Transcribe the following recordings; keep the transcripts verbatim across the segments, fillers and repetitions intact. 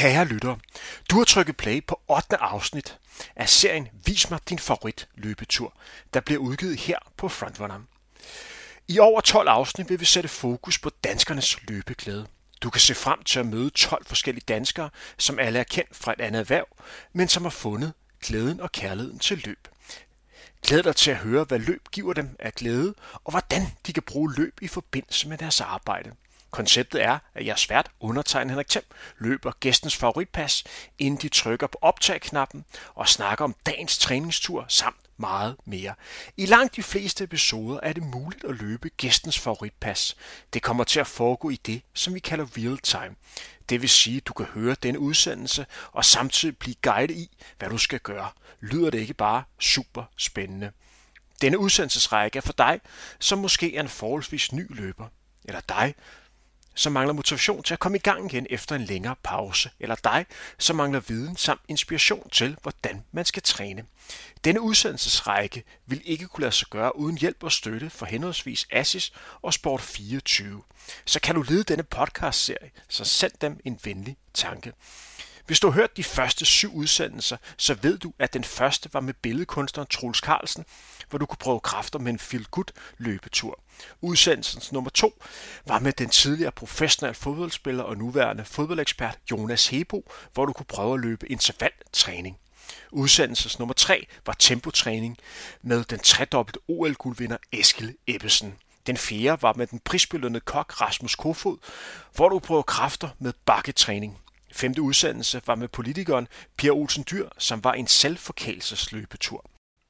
Kære lyttere, du har trykket play på ottende afsnit af serien Vis mig din favorit løbetur, der bliver udgivet her på Frontrunner. I over tolv afsnit vil vi sætte fokus på danskernes løbeglæde. Du kan se frem til at møde tolv forskellige danskere, som alle er kendt fra et andet erhverv, men som har fundet glæden og kærligheden til løb. Glæd dig til at høre, hvad løb giver dem af glæde, og hvordan de kan bruge løb i forbindelse med deres arbejde. Konceptet er, at jeres vært, undertegnet Henrik Thiem, løber gæstens favoritpas, inden de trykker på optag-knappen og snakker om dagens træningstur samt meget mere. I langt de fleste episoder er det muligt at løbe gæstens favoritpas. Det kommer til at foregå i det, som vi kalder real time. Det vil sige, at du kan høre denne udsendelse og samtidig blive guidet i, hvad du skal gøre. Lyder det ikke bare super spændende? Denne udsendelsesrække er for dig, som måske er en forholdsvis ny løber, eller dig, som mangler motivation til at komme i gang igen efter en længere pause, eller dig, som mangler viden samt inspiration til, hvordan man skal træne. Denne udsendelsesrække vil ikke kunne lade sig gøre uden hjælp og støtte fra henholdsvis Asis og Sport fireogtyve. Så kan du lide denne podcastserie, så send dem en venlig tanke. Hvis du har hørt de første syv udsendelser, så ved du, at den første var med billedkunstneren Troels Carlsen, hvor du kunne prøve kræfter med en feel-good løbetur. Udsendelsens nummer to var med den tidligere professionelle fodboldspiller og nuværende fodboldekspert Jonas Hebo, hvor du kunne prøve at løbe intervaltræning. Udsendelsens nummer tre var tempotræning med den tredobbelte O L-guldvinder Eskil Ebbesen. Den fjerde var med den prisbelønnede kok Rasmus Kofoed, hvor du prøver kræfter med bakketræning. Femte udsendelse var med politikeren Per Olsen Dyhr, som var en selvforkælelsesløbetur.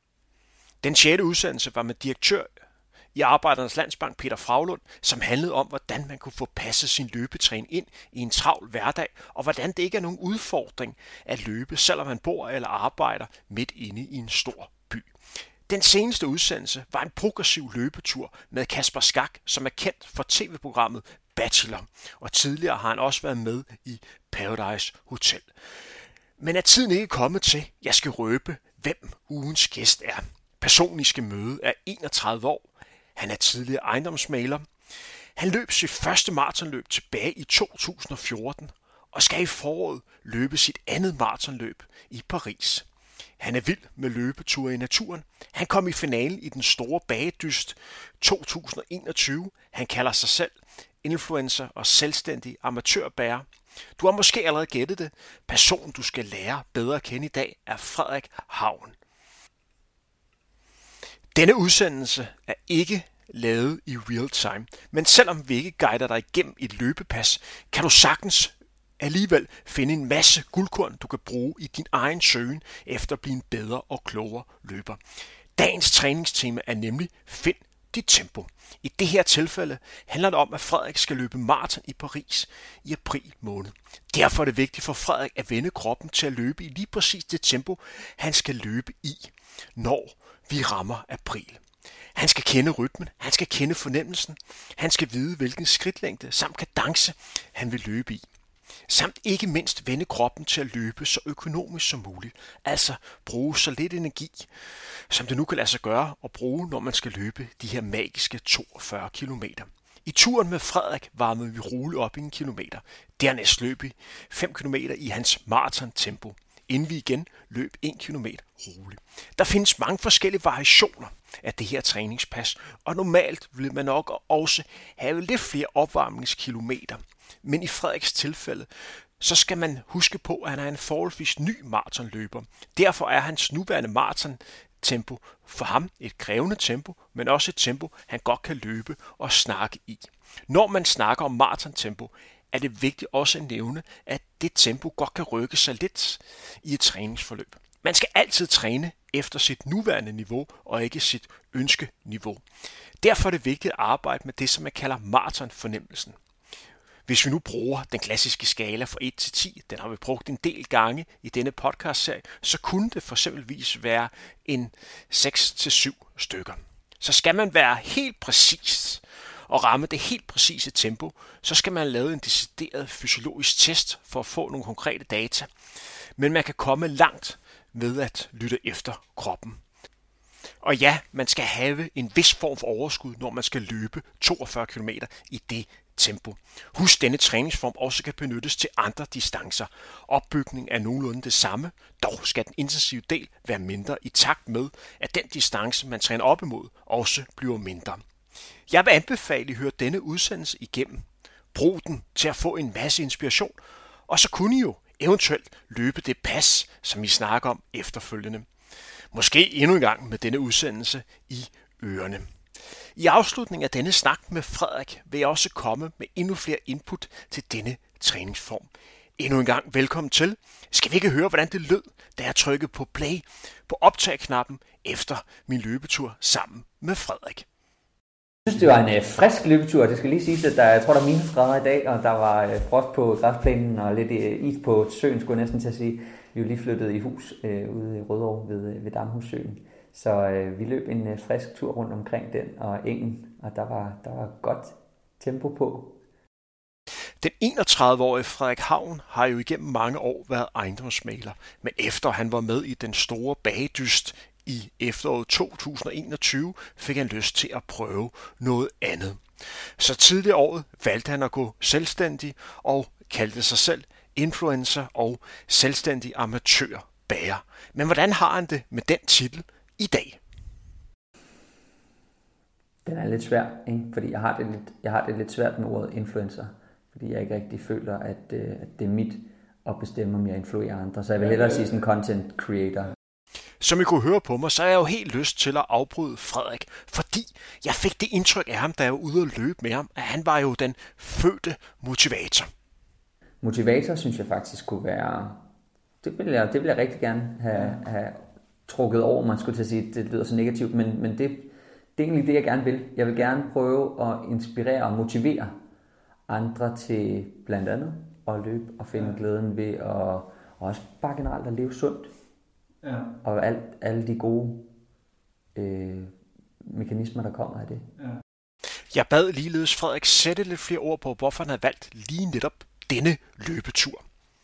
Den sjette udsendelse var med direktør i Arbejdernes Landsbank Peter Fraglund, som handlede om, hvordan man kunne få passet sin løbetræning ind i en travl hverdag, og hvordan det ikke er nogen udfordring at løbe, selvom man bor eller arbejder midt inde i en stor by. Den seneste udsendelse var en progressiv løbetur med Kasper Skak, som er kendt for tv-programmet Bachelor, og tidligere har han også været med i Paradise Hotel. Men er tiden ikke kommet til, jeg skal røbe, hvem ugens gæst er. Personen, I skal møde, er enogtredive år. Han er tidligere ejendomsmægler. Han løb sit første maratonløb tilbage i to tusind og fjorten, og skal i foråret løbe sit andet maratonløb i Paris. Han er vild med løbeture i naturen. Han kom i finalen i den store bagedyst to tusind og enogtyve. Han kalder sig selv influencer og selvstændig amatørbærer. Du har måske allerede gættet det. Personen, du skal lære bedre at kende i dag, er Frederik Havn. Denne udsendelse er ikke lavet i real time, men selvom vi ikke guider dig igennem et løbepas, kan du sagtens alligevel finde en masse guldkorn, du kan bruge i din egen søgen efter at blive en bedre og klogere løber. Dagens træningstema er nemlig find dit tempo. I det her tilfælde handler det om, at Frederik skal løbe maraton i Paris i april måned. Derfor er det vigtigt for Frederik at vende kroppen til at løbe i lige præcis det tempo, han skal løbe i, når vi rammer april. Han skal kende rytmen, han skal kende fornemmelsen, han skal vide, hvilken skridtlængde samt kadence han vil løbe i. Samt ikke mindst vende kroppen til at løbe så økonomisk som muligt, altså bruge så lidt energi, som det nu kan lade sig gøre at bruge, når man skal løbe de her magiske toogfyrre kilometer. I turen med Frederik varmede vi roligt op i en kilometer. Dernæst løb vi fem kilometer i hans maraton-tempo, inden vi igen løb en kilometer roligt. Der findes mange forskellige variationer af det her træningspas, og normalt vil man nok også have lidt flere opvarmningskilometer. Men i Frederiks tilfælde, så skal man huske på, at han er en forholdsvis ny maratonløber. Derfor er hans nuværende maratontempo for ham et krævende tempo, men også et tempo, han godt kan løbe og snakke i. Når man snakker om maratontempo, er det vigtigt også at nævne, at det tempo godt kan rykke sig lidt i et træningsforløb. Man skal altid træne efter sit nuværende niveau og ikke sit ønskeniveau. Derfor er det vigtigt at arbejde med det, som man kalder maratonfornemmelsen. Hvis vi nu bruger den klassiske skala fra et til ti, den har vi brugt en del gange i denne podcastserie, så kunne det for eksempelvis være en seks til syv stykker. Så skal man være helt præcis og ramme det helt præcise tempo, så skal man lave en decideret fysiologisk test for at få nogle konkrete data. Men man kan komme langt ved at lytte efter kroppen. Og ja, man skal have en vis form for overskud, når man skal løbe toogfyrre kilometer i det tempo. Husk, denne træningsform også kan benyttes til andre distancer. Opbygningen er nogenlunde det samme, dog skal den intensive del være mindre i takt med, at den distance, man træner op imod, også bliver mindre. Jeg vil anbefale, at I hører denne udsendelse igennem. Brug den til at få en masse inspiration, og så kunne I jo eventuelt løbe det pas, som I snakker om efterfølgende. Måske endnu en gang med denne udsendelse i ørerne. I afslutningen af denne snak med Frederik vil jeg også komme med endnu flere input til denne træningsform. Endnu en gang velkommen til. Skal vi ikke høre, hvordan det lød, da jeg trykkede på play på optag-knappen efter min løbetur sammen med Frederik? Jeg synes, det var en øh, frisk løbetur. Det skal lige siges, at der, jeg tror, der er minusgrader i dag, og der var øh, frost på græsplænen og lidt øh, is på søen, skulle jeg næsten til at sige. Vi er jo lige flyttet i hus øh, ude i Rødovre ved, øh, ved Damhussøen. Så øh, vi løb en øh, frisk tur rundt omkring den og engen, og der var, der var godt tempo på. Den enogtredive-årige Frederik Havn har jo igennem mange år været ejendomsmægler, men efter han var med i den store bagedyst i efteråret to tusind og enogtyve, fik han lyst til at prøve noget andet. Så tidligere året valgte han at gå selvstændig og kaldte sig selv influencer og selvstændig amatørbager. Men hvordan har han det med den titel i dag? Den er lidt svær, ikke? Fordi jeg har, det lidt, jeg har det lidt svært med ordet influencer, fordi jeg ikke rigtig føler, at, at det er mit at bestemme, om jeg influerer andre. Så jeg vil hellere sige sådan content creator. Som I kunne høre på mig, så er jeg jo helt lyst til at afbryde Frederik, fordi jeg fik det indtryk af ham, da jeg var ude og løbe med ham, at han var jo den fødte motivator. Motivator synes jeg faktisk kunne være, det vil jeg, det vil jeg rigtig gerne have, have trukket over, man skulle til at sige, det lyder så negativt, men, men det, det er egentlig det, jeg gerne vil. Jeg vil gerne prøve at inspirere og motivere andre til blandt andet at løbe og finde ja. glæden ved at og også bare generelt at leve sundt. Ja. Og alt, alle de gode øh, mekanismer, der kommer af det. Ja. Jeg bad ligeledes Frederik sætte lidt flere ord på, hvorfor han har valgt lige netop denne løbetur.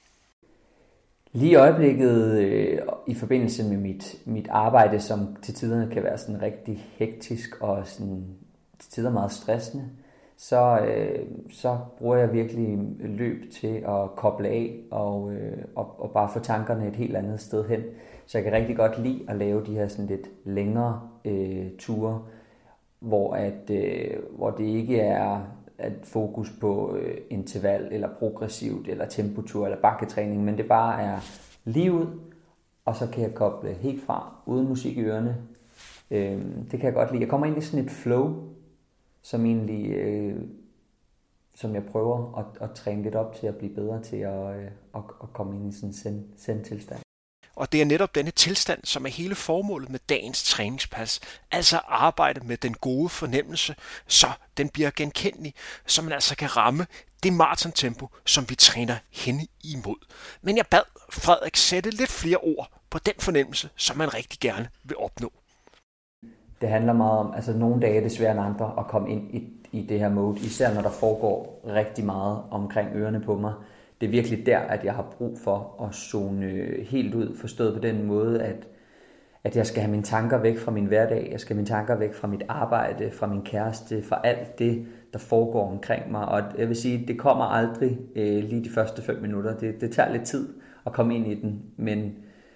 Lige i øjeblikket, øh, i forbindelse med mit, mit arbejde, som til tiderne kan være sådan rigtig hektisk og sådan, til tider meget stressende, så, øh, så bruger jeg virkelig løb til at koble af og, øh, og, og bare få tankerne et helt andet sted hen. Så jeg kan rigtig godt lide at lave de her sådan lidt længere øh, ture, hvor, at, øh, hvor det ikke er at fokus på øh, interval eller progressivt eller tempotur eller bakketræning, men det bare er lige ud, og så kan jeg koble helt fra, uden musik i ørerne. Øh, det kan jeg godt lide. Jeg kommer ind i sådan et flow, som egentlig, øh, som jeg prøver at, at træne lidt op til at blive bedre til at, øh, at, at komme ind i sådan en zen, zen tilstand. Og det er netop denne tilstand, som er hele formålet med dagens træningspas. Altså arbejde med den gode fornemmelse, så den bliver genkendelig, så man altså kan ramme det maratontempo, som vi træner hen imod. Men jeg bad Frederik sætte lidt flere ord på den fornemmelse, som man rigtig gerne vil opnå. Det handler meget om, altså nogle dage er det svært end andre at komme ind i, i det her mode, især når der foregår rigtig meget omkring ørerne på mig. Det er virkelig der, at jeg har brug for at zone helt ud, forstået på den måde, at, at jeg skal have mine tanker væk fra min hverdag, jeg skal have mine tanker væk fra mit arbejde, fra min kæreste, fra alt det, der foregår omkring mig. Og jeg vil sige, det kommer aldrig øh, lige de første fem minutter. Det, det tager lidt tid at komme ind i den, men,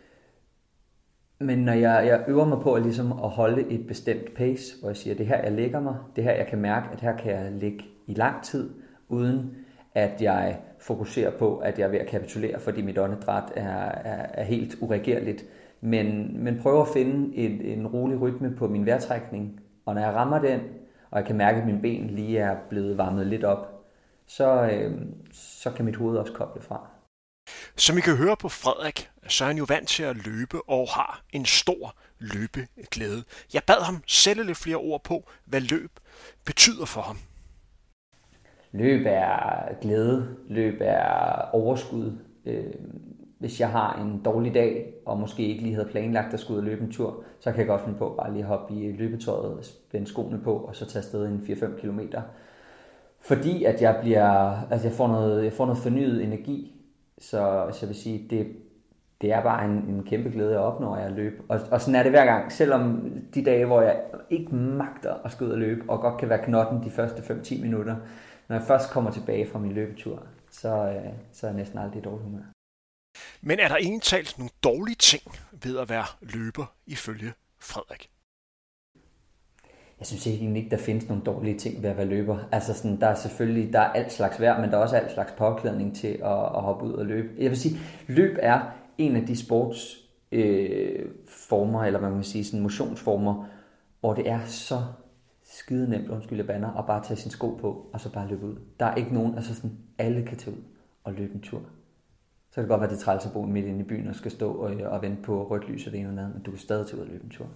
men når jeg, jeg øver mig på at, ligesom at holde et bestemt pace, hvor jeg siger, det her jeg lægger mig, det her jeg kan mærke, at her kan jeg ligge i lang tid, uden at jeg fokuserer på, at jeg er ved at kapitulere, fordi mit åndedræt er, er, er helt uregerligt. Men, men prøver at finde en, en rolig rytme på min vejrtrækning, og når jeg rammer den, og jeg kan mærke, at mine ben lige er blevet varmet lidt op, så, øh, så kan mit hoved også koble fra. Som I kan høre på Frederik, så er han jo vant til at løbe og har en stor løbeglæde. Jeg bad ham sætte lidt flere ord på, hvad løb betyder for ham. Løb er glæde, løb er overskud. Hvis jeg har en dårlig dag, og måske ikke lige havde planlagt at skulle ud og løbe en tur, så kan jeg godt finde på bare lige at hoppe i løbetøjet, spænde skoene på, og så tage afsted en fire til fem kilometer. Fordi at jeg bliver, altså jeg får noget, jeg får noget fornyet energi, så, så jeg vil sige, det, det er bare en, en kæmpe glæde at opnå at løbe. Og, og sådan er det hver gang. Selvom de dage, hvor jeg ikke magter at skal ud og løbe, og godt kan være knotten de første fem til ti minutter, når jeg først kommer tilbage fra min løbetur, så, øh, så er jeg næsten aldrig i dårlig humør. Men er der egentlig talt nogle dårlige ting ved at være løber ifølge Frederik? Jeg synes egentlig ikke, der findes nogle dårlige ting ved at være løber. Altså sådan, der er selvfølgelig der er alt slags vejr, men der er også alt slags påklædning til at, at hoppe ud og løbe. Jeg vil sige, løb er en af de sportsformer, øh, eller hvad man kan sige, sådan motionsformer, hvor det er så skide nemt, undskyld jeg bander, at bare tage sin sko på, og så bare løbe ud. Der er ikke nogen, altså sådan, alle kan tage ud og løbe en tur. Så kan det godt være, det er træls at bo midt inde i byen og skal stå og, og vente på rødt lys og det ene eller andet, men du kan stadig tage ud og løbe en tur.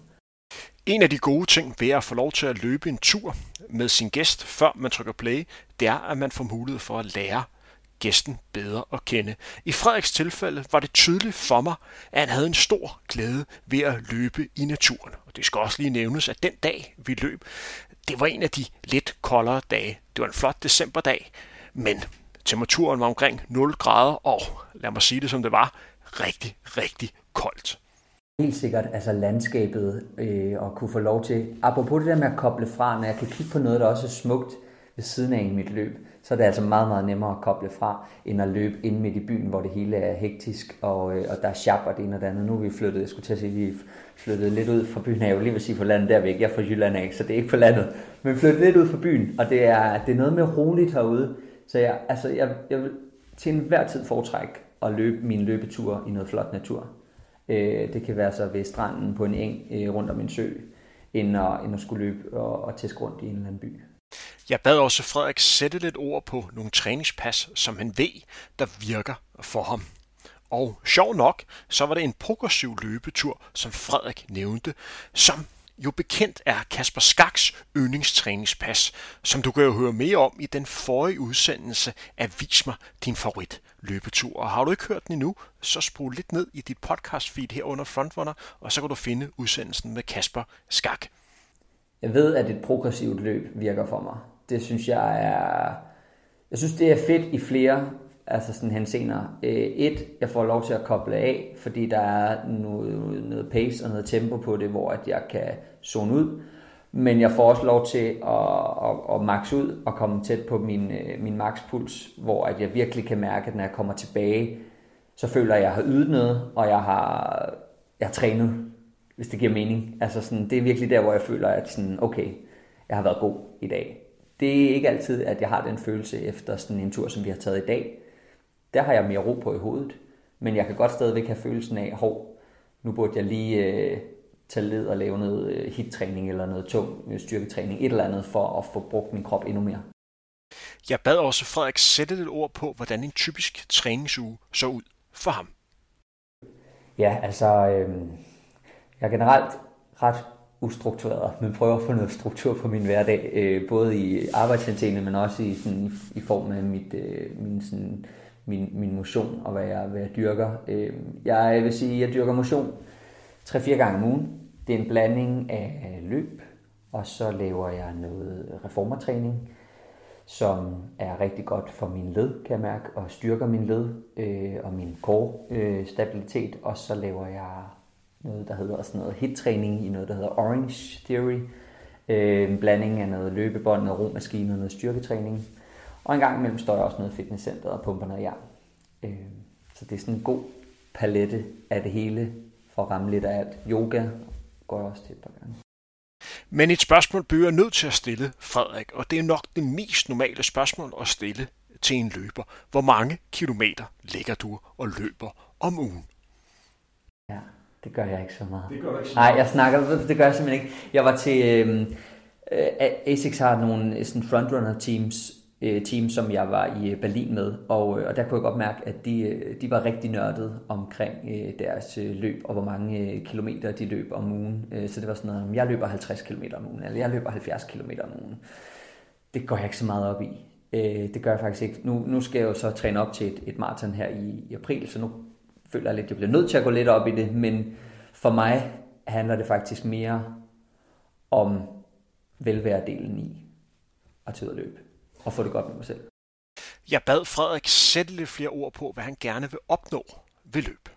En af de gode ting ved at få lov til at løbe en tur med sin gæst, før man trykker play, det er, at man får mulighed for at lære gæsten bedre at kende. I Frederiks tilfælde var det tydeligt for mig, at han havde en stor glæde ved at løbe i naturen. Og det skal også lige nævnes, at den dag, vi løb, det var en af de lidt koldere dage. Det var en flot decemberdag, men temperaturen var omkring nul grader, og lad mig sige det som det var, rigtig, rigtig koldt. Helt sikkert, altså landskabet øh, og kunne få lov til, apropos det der med at koble fra, når jeg kan kigge på noget, der også er smukt ved siden af i mit løb, så er det altså meget, meget nemmere at koble fra, end at løbe inde midt i byen, hvor det hele er hektisk, og, øh, og der er sjap og det ene og det andet. Nu er vi flyttet, jeg skulle til at sige, vi flyttet lidt ud fra byen, jeg vil lige vil sige på landet dervæk, jeg er fra Jylland af, så det er ikke på landet, men flyttet lidt ud fra byen, og det er, det er noget med roligt herude, så jeg, altså, jeg, jeg vil til enhver tid foretrække at løbe min løbetur i noget flot natur. Det kan være så ved stranden på en eng rundt om en sø, end at, end at skulle løbe og, og tæske rundt i en eller anden by. Jeg bad også Frederik sætte lidt ord på nogle træningspas, som han ved, der virker for ham. Og sjov nok, så var det en progressiv løbetur, som Frederik nævnte, som jo bekendt er Kasper Skaks yndlingstræningspas, som du kan jo høre mere om i den forrige udsendelse af Vis mig din favorit løbetur. Og har du ikke hørt den endnu, så spol lidt ned i dit podcast feed her under Frontrunner, og så kan du finde udsendelsen med Kasper Skak. Jeg ved, at et progressivt løb virker for mig. Det synes jeg er... Jeg synes, det er fedt i flere altså sådan henseender. Et, jeg får lov til at koble af, fordi der er noget, noget pace og noget tempo på det, hvor at jeg kan zone ud. Men jeg får også lov til at, at, at max ud og komme tæt på min, min max-puls, hvor at jeg virkelig kan mærke, at når jeg kommer tilbage, så føler jeg, at jeg har ydet noget, og jeg har, jeg har trænet, hvis det giver mening. Altså sådan, det er virkelig der, hvor jeg føler, at sådan, okay, jeg har været god i dag. Det er ikke altid, at jeg har den følelse efter sådan en tur, som vi har taget i dag. Der har jeg mere ro på i hovedet, men jeg kan godt stadigvæk have følelsen af, hov, nu burde jeg lige øh, tage led og lave noget øh, hit-træning eller noget tung øh, styrketræning, et eller andet for at få brugt min krop endnu mere. Jeg bad også Frederik sætte lidt ord på, hvordan en typisk træningsuge så ud for ham. Ja, altså, øh, jeg er generelt ret ustruktureret, men prøver at få noget struktur på min hverdag, øh, både i arbejdshenseende, men også i, sådan, i, i form af mit, øh, min, sådan, min, min motion og hvad jeg, hvad jeg dyrker. Øh, jeg vil sige, at jeg dyrker motion tre fire gange om ugen. Det er en blanding af løb, og så laver jeg noget reformertræning, som er rigtig godt for min led, kan jeg mærke, og styrker min led øh, og min core øh, stabilitet, og så laver jeg noget, der hedder sådan noget hit-træning i noget, der hedder Orange Theory. Øh, en blanding af noget løbebånd, noget romaskine og noget styrketræning. Og en gang imellem står jeg også noget fitnesscenter og pumper noget jern. Øh, så det er sådan en god palette af det hele, for at ramme lidt af alt. Yoga går jeg også til et par gange. Men et spørgsmål bliver jeg nødt til at stille, Frederik, og det er nok det mest normale spørgsmål at stille til en løber. Hvor mange kilometer ligger du og løber om ugen? Ja. Det gør jeg ikke så meget. Det gør jeg ikke så meget. Nej, jeg snakker, det gør jeg simpelthen ikke. Jeg var til, øh, Asics har nogle sådan frontrunner teams, øh, team, som jeg var i Berlin med, og, og der kunne jeg godt mærke, at de, de var rigtig nørdede omkring øh, deres øh, løb, og hvor mange øh, kilometer de løb om ugen. Øh, så det var sådan noget, jeg løber halvtreds kilometer om ugen, eller jeg løber halvfjerds kilometer om ugen. Det går jeg ikke så meget op i. Øh, det gør jeg faktisk ikke. Nu, nu skal jeg jo så træne op til et, et maraton her i, i april, så nu føler jeg lidt, at jeg bliver nødt til at gå lidt op i det, men for mig handler det faktisk mere om velværedelen i at tage ud og løbe og få det godt med mig selv. Jeg bad Frederik sætte lidt flere ord på, hvad han gerne vil opnå ved løb.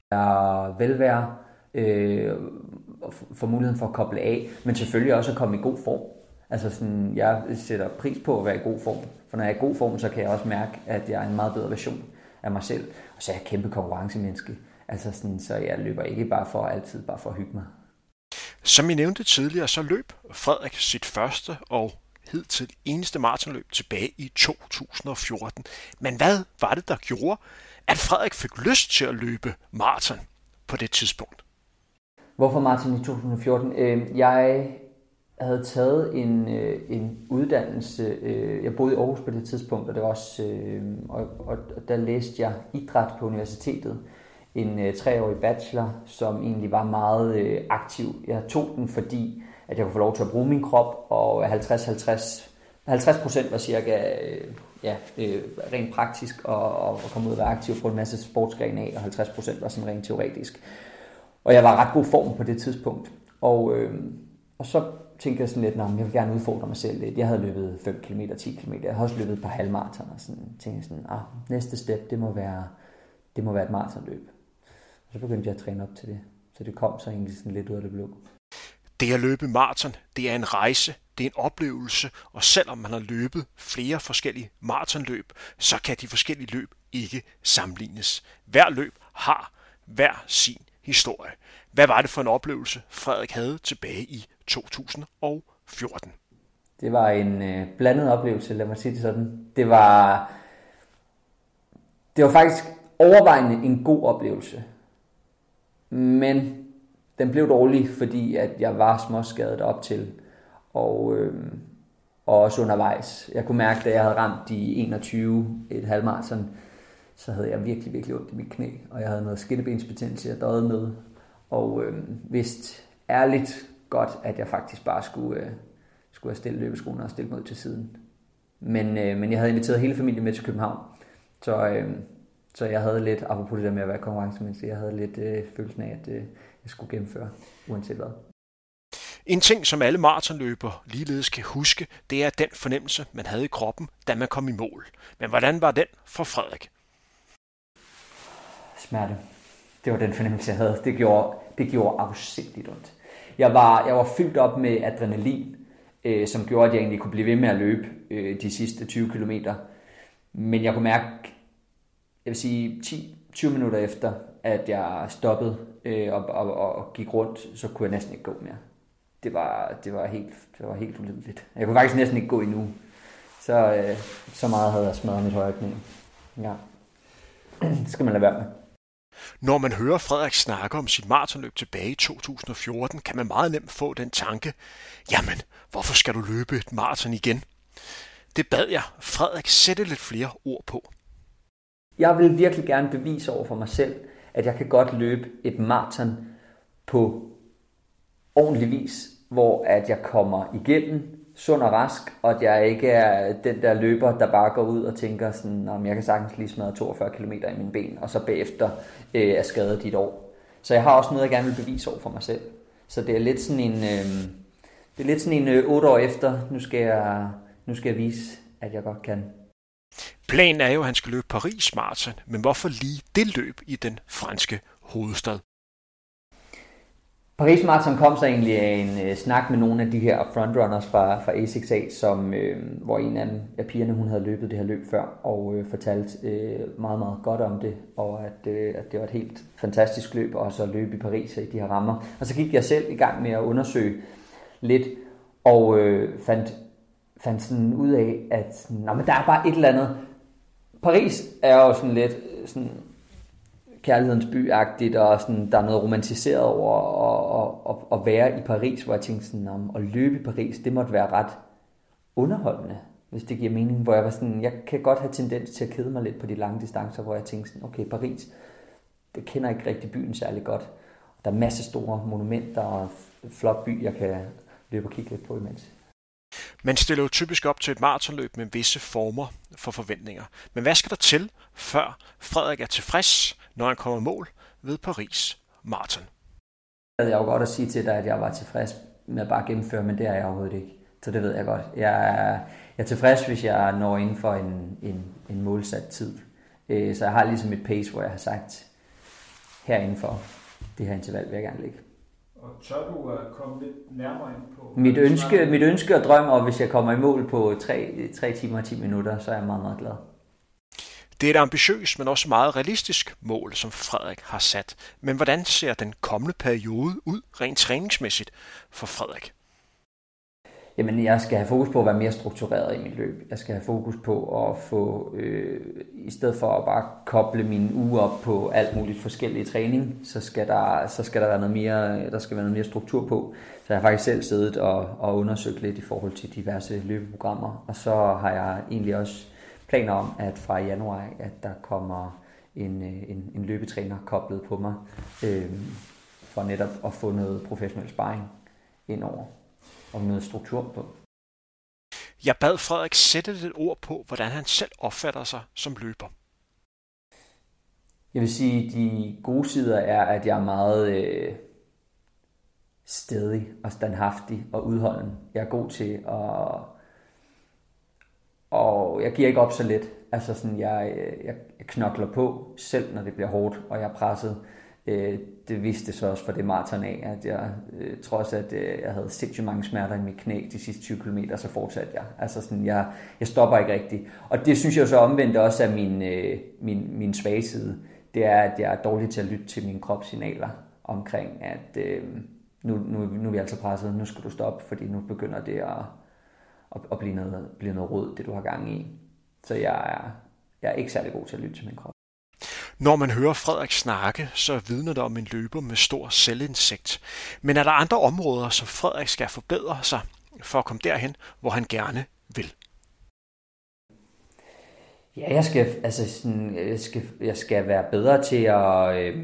er velvære, øh, få muligheden for at koble af, men selvfølgelig også at komme i god form. Altså sådan, jeg sætter pris på at være i god form, for når jeg er i god form, så kan jeg også mærke, at jeg er en meget bedre version af mig selv, og så er jeg kæmpe konkurrencemenneske. Altså sådan, så jeg løber ikke bare for altid, bare for at hygge mig. Som I nævnte tidligere, så løb Frederik sit første og hidtil eneste maratonløb tilbage i to tusind og fjorten. Men hvad var det, der gjorde, at Frederik fik lyst til at løbe maraton på det tidspunkt? Hvorfor maraton i to tusind og fjorten? Øh, jeg havde taget en, øh, en uddannelse. Øh, jeg boede i Aarhus på det tidspunkt, og, det var også, øh, og, og der læste jeg idræt på universitetet. En øh, treårig bachelor, som egentlig var meget øh, aktiv. Jeg tog den, fordi at jeg kunne få lov til at bruge min krop, og halvtreds halvtreds halvtreds procent var cirka øh, ja, øh, rent praktisk og, og komme ud og være aktiv og få en masse sportsgrene af, og halvtreds procent var sådan rent teoretisk. Og jeg var i ret god form på det tidspunkt. Og, øh, og så tænkte jeg sådan lidt, at jeg vil gerne udfordre mig selv lidt. Jeg havde løbet fem kilometer, ti kilometer. Jeg havde også løbet et par halvmaraton, og sådan tænkte sådan, ah, næste step, det må være, det må være et maratonløb. Og så begyndte jeg at træne op til det. Så det kom så egentlig sådan lidt ud af det blå. Det at løbe maraton, det er en rejse, det er en oplevelse, og selvom man har løbet flere forskellige maratonløb, så kan de forskellige løb ikke sammenlignes. Hver løb har hver sin historie. Hvad var det for en oplevelse, Frederik havde tilbage i to tusind og fjorten? Det var en øh, blandet oplevelse, lad mig sige det sådan. Det var, det var faktisk overvejende en god oplevelse. Men den blev dårlig, fordi at jeg var småskadet op til, og, øh, og også undervejs. Jeg kunne mærke, da jeg havde ramt de enogtyve, et halvmaraton, så havde jeg virkelig, virkelig ondt i mit knæ, og jeg havde noget skinnebensbetændelse, jeg døde med, og øh, vidste ærligt godt, at jeg faktisk bare skulle, øh, skulle have stillet løbeskoene og stille mig ud til siden. Men, øh, men jeg havde inviteret hele familien med til København, så, øh, så jeg havde lidt, apropos det der med at være konkurrencemenneske, jeg havde lidt øh, følelsen af, at øh, jeg skulle gennemføre, uanset hvad. En ting, som alle maratonløbere ligeledes kan huske, det er den fornemmelse, man havde i kroppen, da man kom i mål. Men hvordan var den for Frederik? Smerte. Det var den fornemmelse, jeg havde. Det gjorde, det gjorde afsindigt ondt. Jeg var, jeg var fyldt op med adrenalin, øh, som gjorde, at jeg egentlig kunne blive ved med at løbe øh, de sidste tyve kilometer. Men jeg kunne mærke, jeg vil sige ti til tyve minutter efter, at jeg stoppede øh, og, og, og gik rundt, så kunne jeg næsten ikke gå mere. Det var, det var helt, det var helt ulideligt. Jeg kunne faktisk næsten ikke gå endnu. Så, øh, så meget havde jeg smadret mit højre knæ. Ja. Det skal man lade være med. Når man hører Frederik snakke om sit maratonløb tilbage i to tusind og fjorten, kan man meget nemt få den tanke, jamen, hvorfor skal du løbe et maraton igen? Det bad jeg Frederik sætte lidt flere ord på. Jeg vil virkelig gerne bevise over for mig selv, at jeg kan godt løbe et maraton på ordentlig vis, hvor at jeg kommer igennem sund og rask, og at jeg ikke er den der løber, der bare går ud og tænker sådan, om jeg kan sagtens lige smadre toogfyrre kilometer i mine ben, og så bagefter øh, er skadet i et år. Så jeg har også noget, jeg gerne vil bevise over for mig selv. Så det er lidt sådan en, øh, det er lidt sådan en øh, otte år efter, nu skal, jeg, nu skal jeg vise, at jeg godt kan. Planen er jo, at han skal løbe Paris Marathon, men hvorfor lige det løb i den franske hovedstad? Paris Marathon kom så egentlig af en øh, snak med nogle af de her frontrunners fra, fra A seks A, som, øh, hvor en af, dem, af pigerne hun havde løbet det her løb før, og øh, fortalte øh, meget, meget godt om det, og at, øh, at det var et helt fantastisk løb, og så løbe i Paris i de her rammer. Og så gik jeg selv i gang med at undersøge lidt, og øh, fandt, fandt sådan ud af, at nå, men der er bare et eller andet. Paris er jo sådan lidt sådan kærlighedens by-agtigt, og sådan, der er noget romantiseret over at, at, at være i Paris, hvor jeg tænkte sådan, om at løbe i Paris, det måtte være ret underholdende, hvis det giver mening, hvor jeg var sådan, jeg kan godt have tendens til at kede mig lidt på de lange distancer, hvor jeg tænkte sådan, okay, Paris, det kender ikke rigtig byen særlig godt. Der er masser store monumenter og flot by, jeg kan løbe og kigge lidt på imens. Man stiller jo typisk op til et maratonløb med visse former for forventninger. Men hvad skal der til, før Frederik er tilfreds, når han kommer i mål ved Paris Marathon? Jeg havde jo godt at sige til dig, at jeg var tilfreds med at bare gennemføre, men det er jeg overhovedet ikke. Så det ved jeg godt. Jeg er, jeg er tilfreds, hvis jeg når inden for en, en, en målsat tid. Så jeg har ligesom et pace, hvor jeg har sagt, herinde for det her interval vil jeg gerne ligge. Og tør du at komme lidt nærmere ind på? Mit ønske, mit ønske og drøm, og hvis jeg kommer i mål på tre timer og ti minutter, så er jeg meget, meget glad. Det er et ambitiøst, men også meget realistisk mål, som Frederik har sat. Men hvordan ser den kommende periode ud rent træningsmæssigt for Frederik? Jamen, jeg skal have fokus på at være mere struktureret i mit løb. Jeg skal have fokus på at få, øh, i stedet for at bare koble min uge op på alt muligt forskellige træning, så skal der, så skal der være noget mere, der skal være noget mere struktur på. Så jeg har faktisk selv siddet og, og undersøgt lidt i forhold til diverse løbeprogrammer. Og så har jeg egentlig også planer om, at fra januar, at der kommer en, en, en løbetræner koblet på mig, øh, for netop at få noget professionel sparring indover. Og noget struktur på. Jeg bad Frederik sætte lidt ord på, hvordan han selv opfatter sig som løber. Jeg vil sige, at de gode sider er, at jeg er meget øh, stædig og standhaftig og udholden. Jeg er god til at... Og jeg giver ikke op så let. Altså sådan, jeg, jeg, jeg knokler på, selv når det bliver hårdt, og jeg er presset. Det viste så også for det maraton af, at jeg trods at jeg havde sindssygt mange smerter i mit knæ de sidste tyve kilometer, så fortsatte jeg. Altså sådan, jeg, jeg stopper ikke rigtigt. Og det synes jeg så omvendt også er min, min, min svage side. Det er, at jeg er dårlig til at lytte til mine kropssignaler omkring, at øh, nu, nu, nu er vi altså presset, nu skal du stoppe, fordi nu begynder det at, at, at blive, noget, blive noget rod, det du har gang i. Så jeg er, jeg er ikke særlig god til at lytte til min krop. Når man hører Frederik snakke, så vidner det om en løber med stor selvindsigt. Men er der andre områder, som Frederik skal forbedre sig for at komme derhen, hvor han gerne vil? Ja, jeg skal, altså sådan, jeg skal, jeg skal være bedre til at, øh,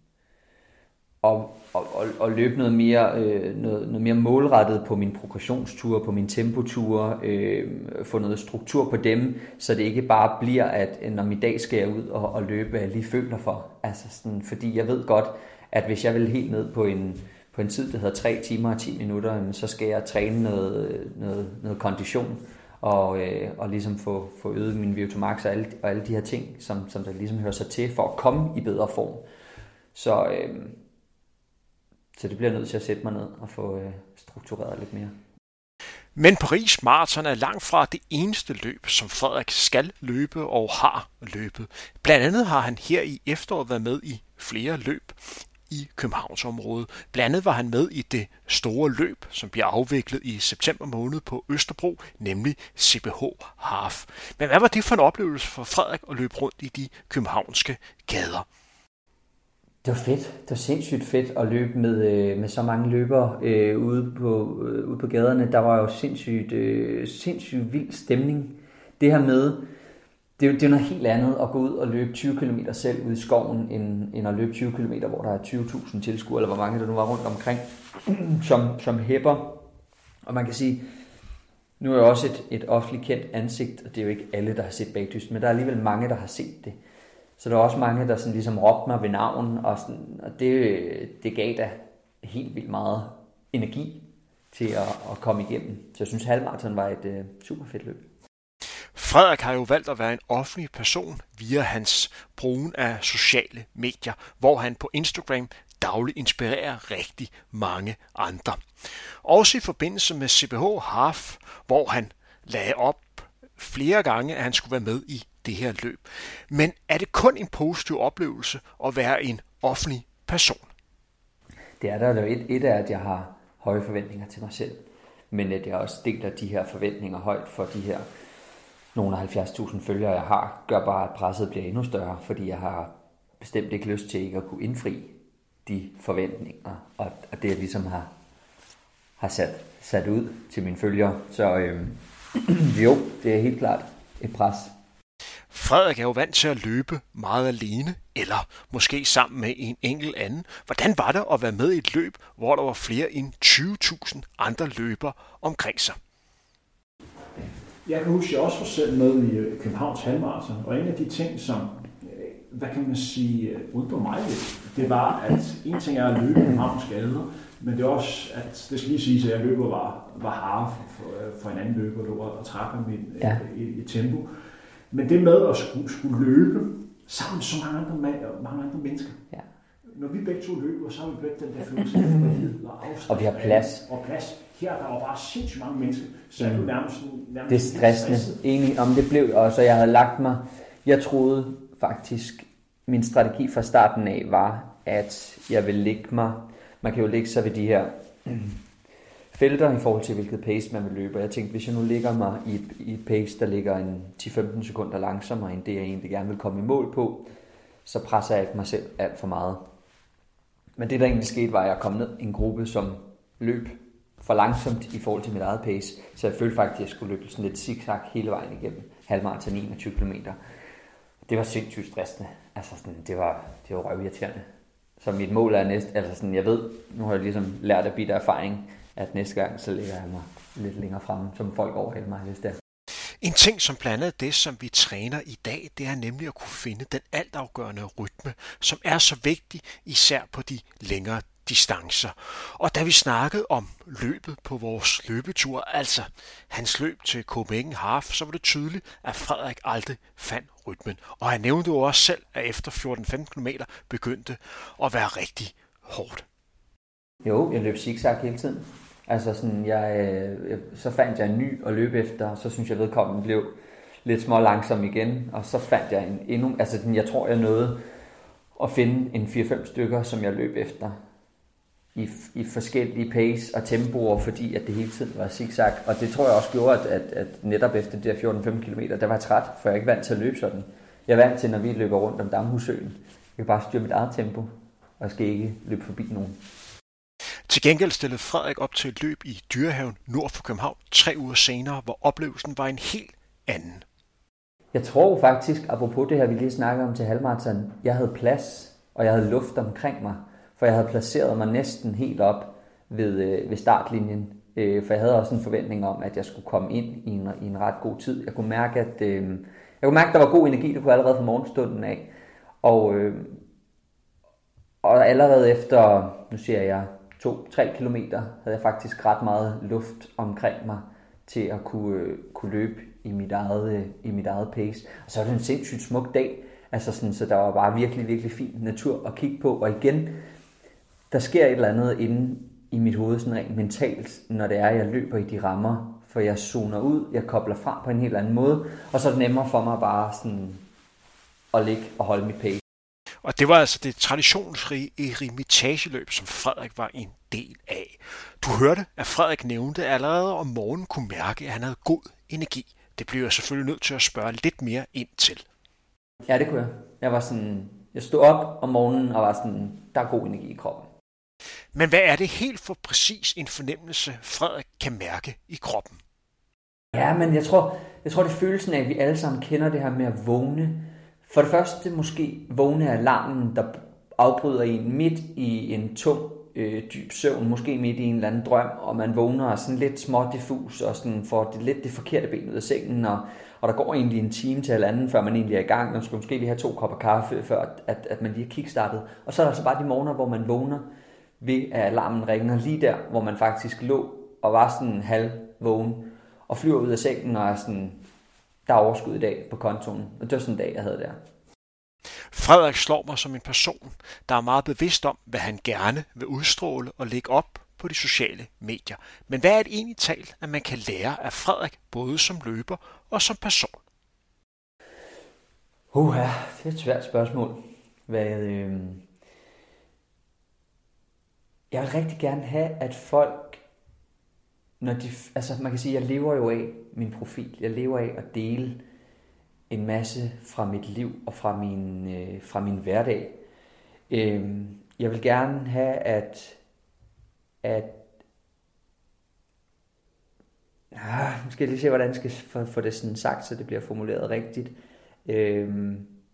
at, at, at, at løbe noget mere, øh, noget, noget mere målrettet på mine progressionsture, på mine tempoture, øh, få noget struktur på dem, så det ikke bare bliver, at når min dag skal jeg ud og, og løbe, hvad jeg lige føler for. Altså sådan, fordi jeg ved godt, at hvis jeg vil helt ned på en, på en tid, der hedder tre timer og ti minutter, så skal jeg træne noget, noget, noget kondition, og, øh, og ligesom få, få øget min V O to max og alle, og alle de her ting, som, som der ligesom hører sig til, for at komme i bedre form. Så, øh, så det bliver nødt til at sætte mig ned og få øh, struktureret lidt mere. Men Paris Marathon er langt fra det eneste løb, som Frederik skal løbe og har løbet. Blandt andet har han her i efteråret været med i flere løb i Københavnsområdet. Blandt andet var han med i det store løb, som bliver afviklet i september måned på Østerbro, nemlig C B H Half. Men hvad var det for en oplevelse for Frederik at løbe rundt i de københavnske gader? Det var fedt. Det var sindssygt fedt at løbe med, med så mange løbere øh, ude, på, øh, ude på gaderne. Der var jo sindssygt, øh, sindssygt vild stemning. Det her med, det er, det er noget helt andet at gå ud og løbe tyve kilometer selv ude i skoven, end, end at løbe tyve kilometer, hvor der er tyve tusind tilskuere, eller hvor mange der nu var rundt omkring, som, som hæpper. Og man kan sige, nu er jeg også et, et offentligt kendt ansigt, og det er jo ikke alle, der har set Bagdyst, men der er alligevel mange, der har set det. Så der er også mange, der sådan ligesom råbte mig ved navn, og, sådan, og det, det gav da helt vildt meget energi til at, at komme igennem. Så jeg synes, halvmarathon var et uh, super fedt løb. Frederik har jo valgt at være en offentlig person via hans brugen af sociale medier, hvor han på Instagram dagligt inspirerer rigtig mange andre. Også i forbindelse med C B H Half, hvor han lagde op flere gange, at han skulle være med i det her løb. Men er det kun en positiv oplevelse at være en offentlig person? Det er der jo et, et af, at jeg har høje forventninger til mig selv, men at jeg også deler de her forventninger højt for de her nogle af halvfjerds tusind følgere, jeg har, gør bare, at presset bliver endnu større, fordi jeg har bestemt ikke lyst til ikke at kunne indfri de forventninger, og, og det jeg ligesom har, har sat, sat ud til mine følgere. Så øh, jo, det er helt klart et pres. Frederik er jo vant til at løbe meget alene, eller måske sammen med en enkelt anden. Hvordan var det at være med i et løb, hvor der var flere end tyve tusind andre løbere omkring sig? Jeg kan huske, jeg også var selv med i Københavns halvmarathon, og en af de ting, som, hvad kan man sige, undrer mig lidt, det var, at en ting er at løbe i Københavns gader, men det er også, at det skal lige siges, at jeg løber var, var harde for, for en anden løber, der og trækker min ja. i, i tempo. Men det med at skulle, skulle løbe sammen med så mange andre, mange andre mennesker, ja. når vi begge to løber, så har vi begge den der følelse af frihed og afstand. Og vi har plads. Og plads. Her er der jo bare sindssygt mange mennesker, så er mm. du nærmest, nærmest... Det er stressende. Egentlig om det blev, og så jeg havde lagt mig... Jeg troede faktisk, min strategi fra starten af var, at jeg ville lægge mig... Man kan jo lægge sig ved de her felter i forhold til, hvilket pace man vil løbe. Og jeg tænkte, hvis jeg nu ligger mig i et, i et pace, der ligger en ti til femten sekunder langsommere, end det jeg egentlig gerne vil komme i mål på, så presser jeg ikke mig selv alt for meget. Men det, der egentlig skete, var, at jeg kom ned i en gruppe, som løb for langsomt i forhold til mit eget pace. Så jeg følte faktisk, at jeg skulle løbe sådan lidt zigzag hele vejen igennem halvmaraton enogtyve kilometer. Det var sindssygt stressende. Altså sådan, det var, det var røvirriterende. Så mit mål er næste, altså sådan, jeg ved, nu har jeg ligesom lært af bitter erfaring, at næste gang, så ligger jeg mig lidt længere fremme, som folk overhælder mig, hvis det er. En ting, som blandt andet det, som vi træner i dag, det er nemlig at kunne finde den altafgørende rytme, som er så vigtig, især på de længere distancer. Og da vi snakkede om løbet på vores løbetur, altså hans løb til Copenhagen Half, så var det tydeligt, at Frederik aldrig fandt rytmen. Og han nævnte jo også selv, at efter fjorten til femten kilometer begyndte at være rigtig hårdt. Jo, jeg løb zigzag hele tiden. Altså sådan, jeg, jeg, så fandt jeg en ny at løbe efter, og så synes jeg vedkommende blev lidt små langsom igen, og så fandt jeg en endnu, altså jeg tror jeg nåede at finde en fire fem stykker, som jeg løb efter i, i forskellige pace og tempoer, fordi at det hele tiden var zigzag, og det tror jeg også gjorde, at, at, at netop efter de der fjorten til femten kilometer, der var jeg træt, for jeg er ikke vant til at løbe sådan. Jeg er vant til, når vi løber rundt om Damhussøen, jeg kan bare styre mit eget tempo, og jeg skal ikke løbe forbi nogen. Til gengæld stillede Frederik op til et løb i Dyrehaven nord for København tre uger senere, hvor oplevelsen var en helt anden. Jeg tror faktisk, apropos det her, vi lige snakkede om til halvmaraton, jeg havde plads, og jeg havde luft omkring mig, for jeg havde placeret mig næsten helt op ved, øh, ved startlinjen, øh, for jeg havde også en forventning om, at jeg skulle komme ind i en, i en ret god tid. Jeg kunne mærke, at øh, jeg kunne mærke, at der var god energi, det kunne allerede fra morgenstunden af, og, øh, og allerede efter, nu siger jeg, to-tre kilometer, havde jeg faktisk ret meget luft omkring mig til at kunne, øh, kunne løbe i mit, eget, øh, i mit eget pace. Og så var det en sindssygt smuk dag, altså sådan, så der var bare virkelig, virkelig fin natur at kigge på. Og igen, der sker et eller andet inde i mit hoved, sådan rent mentalt, når det er, jeg løber i de rammer, for jeg zoner ud, jeg kobler frem på en helt anden måde, og så er det nemmere for mig bare sådan at ligge og holde mit pace. Og det var altså det traditionsrige eremitageløb, som Frederik var en del af. Du hørte, at Frederik nævnte allerede om morgenen kunne mærke, at han havde god energi. Det blev jeg selvfølgelig nødt til at spørge lidt mere ind til. Ja, det kunne jeg. Jeg var sådan, jeg stod op om morgenen og var sådan, der er god energi i kroppen. Men hvad er det helt for præcis en fornemmelse, Frederik kan mærke i kroppen? Ja, men jeg tror, jeg tror det er følelsen af, at vi alle sammen kender det her med at vågne. For det første måske vågne af alarmen, der afbryder en midt i en tung, øh, dyb søvn, måske midt i en eller anden drøm, og man vågner sådan lidt små diffus, og sådan får det, lidt det forkerte ben ud af sengen, og, og der går egentlig en time til halvanden, før man egentlig er i gang. Man skal måske lige have to kopper kaffe, før at, at man lige har kickstartet. Og så er der altså bare de morgener, hvor man vågner ved, at alarmen ringer lige der, hvor man faktisk lå og var sådan halv vågen, og flyver ud af sengen og er sådan, der er overskud i dag på kontoen. Og det var sådan en dag, jeg havde der. Frederik slår mig som en person, der er meget bevidst om, hvad han gerne vil udstråle og lægge op på de sociale medier. Men hvad er det egentlig talt, at man kan lære af Frederik, både som løber og som person? Uha, det er et svært spørgsmål. Hvad, øh... Jeg vil rigtig gerne have, at folk, når de, altså man kan sige, jeg lever jo af min profil. Jeg lever af at dele en masse fra mit liv og fra min, øh, fra min hverdag. Øh, jeg vil gerne have, at, at ah, nu skal jeg lige se, hvordan jeg skal få, få det sådan sagt, så det bliver formuleret rigtigt. Øh,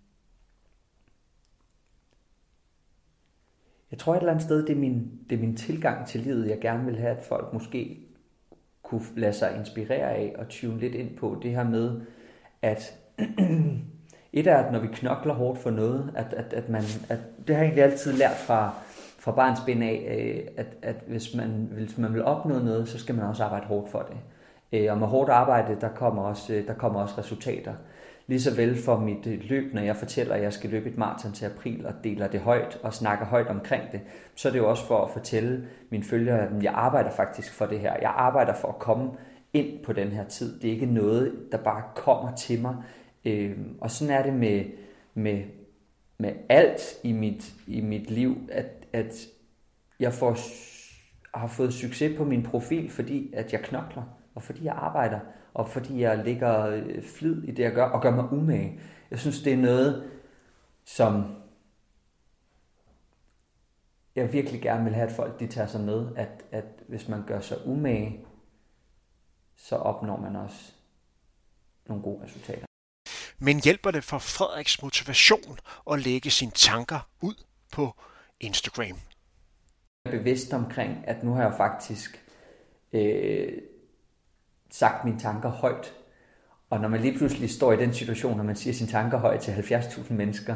jeg tror et eller andet sted, det er, min, det er min tilgang til livet, jeg gerne vil have, at folk måske kunne lade sig inspirere af og tune lidt ind på det her med, at et er, at når vi knokler hårdt for noget, at, at, at man, at det har jeg egentlig altid lært fra, fra barnsben af, at, at hvis, man, hvis man vil opnå noget, så skal man også arbejde hårdt for det. Og med hårdt arbejde, der kommer også, der kommer også resultater. lige så vel for mit løb, når jeg fortæller, at jeg skal løbe et maraton til april og deler det højt og snakker højt omkring det, så er det jo også for at fortælle mine følgere, at jeg arbejder faktisk for det her. Jeg arbejder for at komme ind på den her tid. Det er ikke noget, der bare kommer til mig. Og sådan er det med, med, med alt i mit, i mit liv, at, at jeg får, har fået succes på min profil, fordi at jeg knokler, og fordi jeg arbejder, og fordi jeg lægger flid i det, jeg gør, og gør mig umage. Jeg synes, det er noget, som jeg virkelig gerne vil have, at folk de tager sig med, at, at hvis man gør sig umage, så opnår man også nogle gode resultater. Men hjælper det for Frederiks motivation at lægge sine tanker ud på Instagram? Jeg er bevidst omkring, at nu har jeg faktisk øh, sagt mine tanker højt. Og når man lige pludselig står i den situation, når man siger sine tanker højt til halvfjerds tusind mennesker,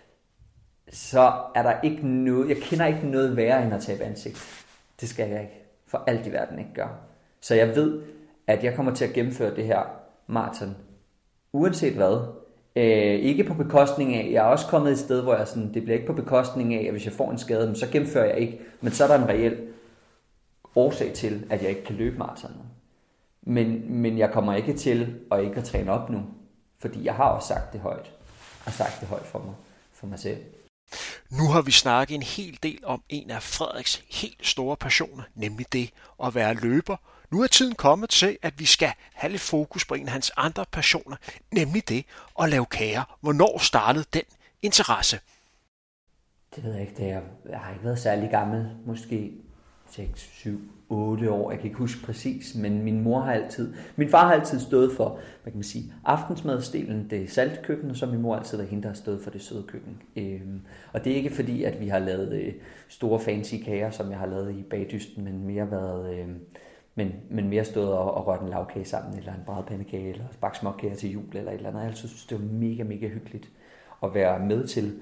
så er der ikke noget, jeg kender ikke noget værre end at tabe ansigt. Det skal jeg ikke. For alt i verden ikke gøre. Så jeg ved, at jeg kommer til at gennemføre det her maraton, uanset hvad. Øh, ikke på bekostning af, jeg er også kommet et sted, hvor jeg sådan, det bliver ikke på bekostning af, at hvis jeg får en skade, så gennemfører jeg ikke. Men så er der en reel årsag til, at jeg ikke kan løbe maratonet. Men, men jeg kommer ikke til at ikke at træne op nu, fordi jeg har også sagt det højt, og sagt det højt for mig, for mig selv. Nu har vi snakket en hel del om en af Frederiks helt store passioner, nemlig det at være løber. Nu er tiden kommet til, at vi skal have lidt fokus på en af hans andre passioner, nemlig det at lave kager. Hvornår startede den interesse? Det ved jeg ikke. Det er, jeg har ikke været særlig gammel. Måske seks, syv, otte år. Jeg kan ikke huske præcis, men min mor har altid... Min far har altid stået for, hvad kan man sige, aftensmadsdelen, det salte køkken, og så min mor altid været hende, der har stået for det søde køkken. Øhm, og det er ikke fordi, at vi har lavet øh, store fancy kager, som jeg har lavet i bagdysten, men mere været... Øh, Men, men mere stået og, og rørt en lavkage sammen, eller en brædpandekage, eller bagt småkager til jul, eller et eller andet. Jeg synes, det var mega, mega hyggeligt at være med til.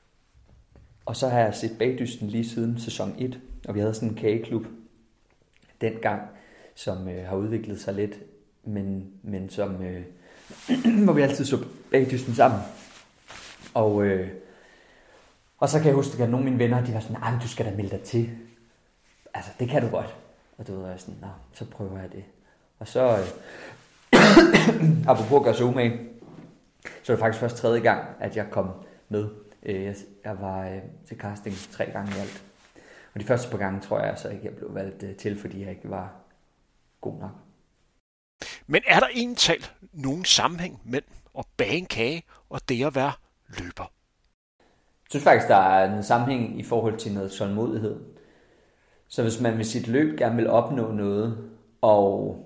Og så har jeg set bagdysten lige siden sæson et, og vi havde sådan en kageklub dengang, som øh, har udviklet sig lidt, men, men som, øh, hvor vi altid så bagdysten sammen. Og, øh, og så kan jeg huske, at nogle af mine venner, de var sådan, ah, du skal da melde dig til. Altså, det kan du godt. Og du ved, sådan, nå, så prøver jeg det. Og så, øh, apropos at gøre sig umage, så er det faktisk først tredje gang, at jeg kom med. Jeg, jeg var øh, til casting tre gange i alt. Og de første par gange tror jeg så ikke, jeg blev valgt øh, til, fordi jeg ikke var god nok. Men er der egentlig nogen sammenhæng mellem at bage en kage og det at være løber? Jeg synes faktisk, der er en sammenhæng i forhold til noget tålmodighed. Så hvis man med sit løb gerne vil opnå noget, og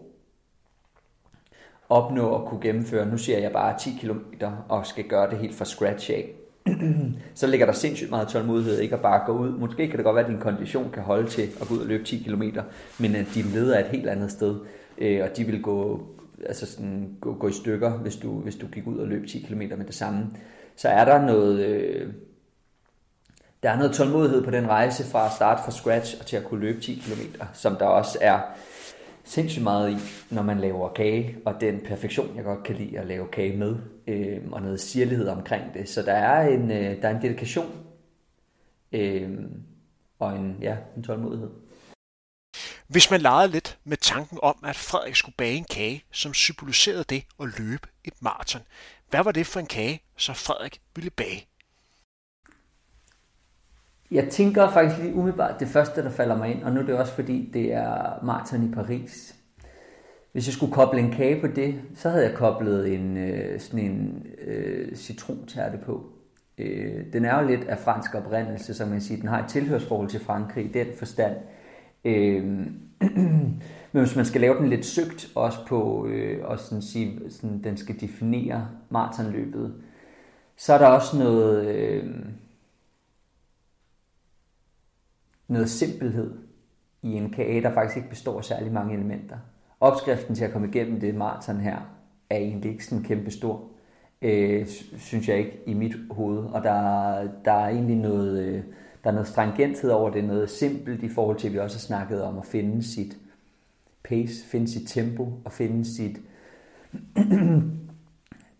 opnå at kunne gennemføre, nu siger jeg bare ti kilometer, og skal gøre det helt fra scratch af, så ligger der sindssygt meget tålmodighed, ikke at bare gå ud. Måske kan det godt være, at din kondition kan holde til at gå ud og løbe ti kilometer, men at din leder er et helt andet sted, og de vil gå, altså sådan, gå, gå i stykker, hvis du, hvis du gik ud og løb ti kilometer med det samme. Så er der noget... Øh, Der er noget tålmodighed på den rejse fra at starte fra scratch og til at kunne løbe ti kilometer, som der også er sindssygt meget i, når man laver kage, og den perfektion, jeg godt kan lide at lave kage med, øh, og noget sirlighed omkring det. Så der er en, øh, der er en dedikation øh, og en, ja, en tålmodighed. Hvis man legede lidt med tanken om, at Frederik skulle bage en kage, som symboliserede det at løbe et maraton, hvad var det for en kage, så Frederik ville bage? Jeg tænker faktisk lige umiddelbart det første, der falder mig ind, og nu er det også fordi, det er maraton i Paris. Hvis jeg skulle koble en kage på det, så havde jeg koblet en, øh, sådan en øh, citrontærte på. Øh, den er jo lidt af fransk oprindelse, som man siger. Den har et tilhørsforhold til Frankrig i den forstand. Øh, men hvis man skal lave den lidt søgt også på, øh, og sådan sige, sådan, den skal definere maratonløbet, så er der også noget... Øh, noget simpelhed i en kage, der faktisk ikke består af særlig mange elementer. Opskriften til at komme igennem det maraton her, er egentlig ikke sådan kæmpe stor, øh, synes jeg ikke, i mit hoved. Og der, der er egentlig noget, øh, der er noget stringenthed over det, noget simpelt i forhold til, at vi også har snakket om at finde sit pace, finde sit tempo og finde sit,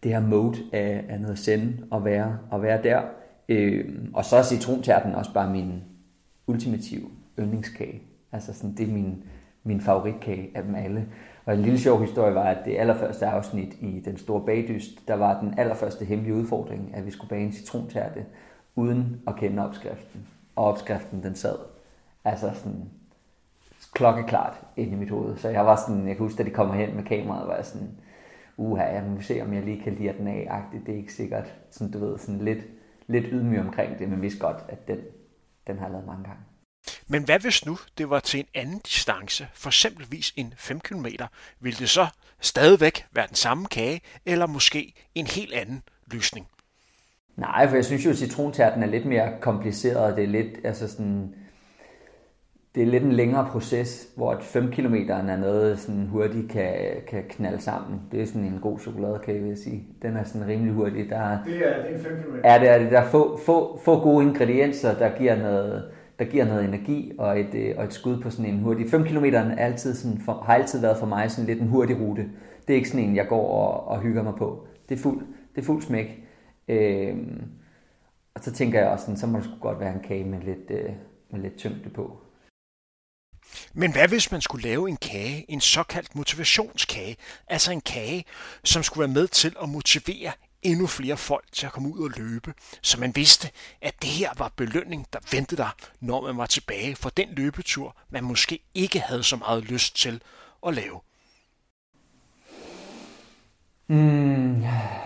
det her mode af, af noget sende og være, og være der. Øh, og så er citrontærten også bare min ultimative yndlingskage. Altså sådan, det er min, min favoritkage af dem alle. Og en lille sjov historie var, at det allerførste afsnit i Den Store Bagdyst, der var den allerførste hemmelige udfordring, at vi skulle bage en citrontærte uden at kende opskriften. Og opskriften, den sad altså sådan klokkeklart inde i mit hoved. Så jeg var sådan, jeg kan huske, da de kommer hen med kameraet, var jeg sådan, uha, jeg må se, om jeg lige kan lide den af-agtigt. Det er ikke sikkert, sådan, du ved, sådan lidt, lidt ydmyg omkring det, men vidste godt, at den, den har jeg lavet mange gange. Men hvad hvis nu det var til en anden distance, for eksempelvis en fem kilometer, ville det så stadigvæk være den samme kage, eller måske en helt anden løsning? Nej, for jeg synes jo, at citrontærten er lidt mere kompliceret. Det er lidt, altså sådan, det er lidt en længere proces, hvor fem kilometer er noget, sådan hurtigt kan, kan knalde sammen. Det er sådan en god chokoladekage, vil jeg sige. Den er sådan rimelig hurtig. Der er, det, er, det er en fem kilometer. Ja, det er det. Der er få, få, få gode ingredienser, der giver noget, der giver noget energi og et, og et skud på sådan en hurtig. fem kilometer er altid sådan for, har altid været for mig sådan lidt en hurtig rute. Det er ikke sådan en, jeg går og, og hygger mig på. Det er fuld, det er fuld smæk. Øhm, og så tænker jeg også sådan, så må det sgu godt være en kage med lidt, øh, med lidt tyngde på. Men hvad hvis man skulle lave en kage, en såkaldt motivationskage, altså en kage, som skulle være med til at motivere endnu flere folk til at komme ud og løbe, så man vidste, at det her var belønning, der ventede der, når man var tilbage fra den løbetur, man måske ikke havde så meget lyst til at lave? Mm.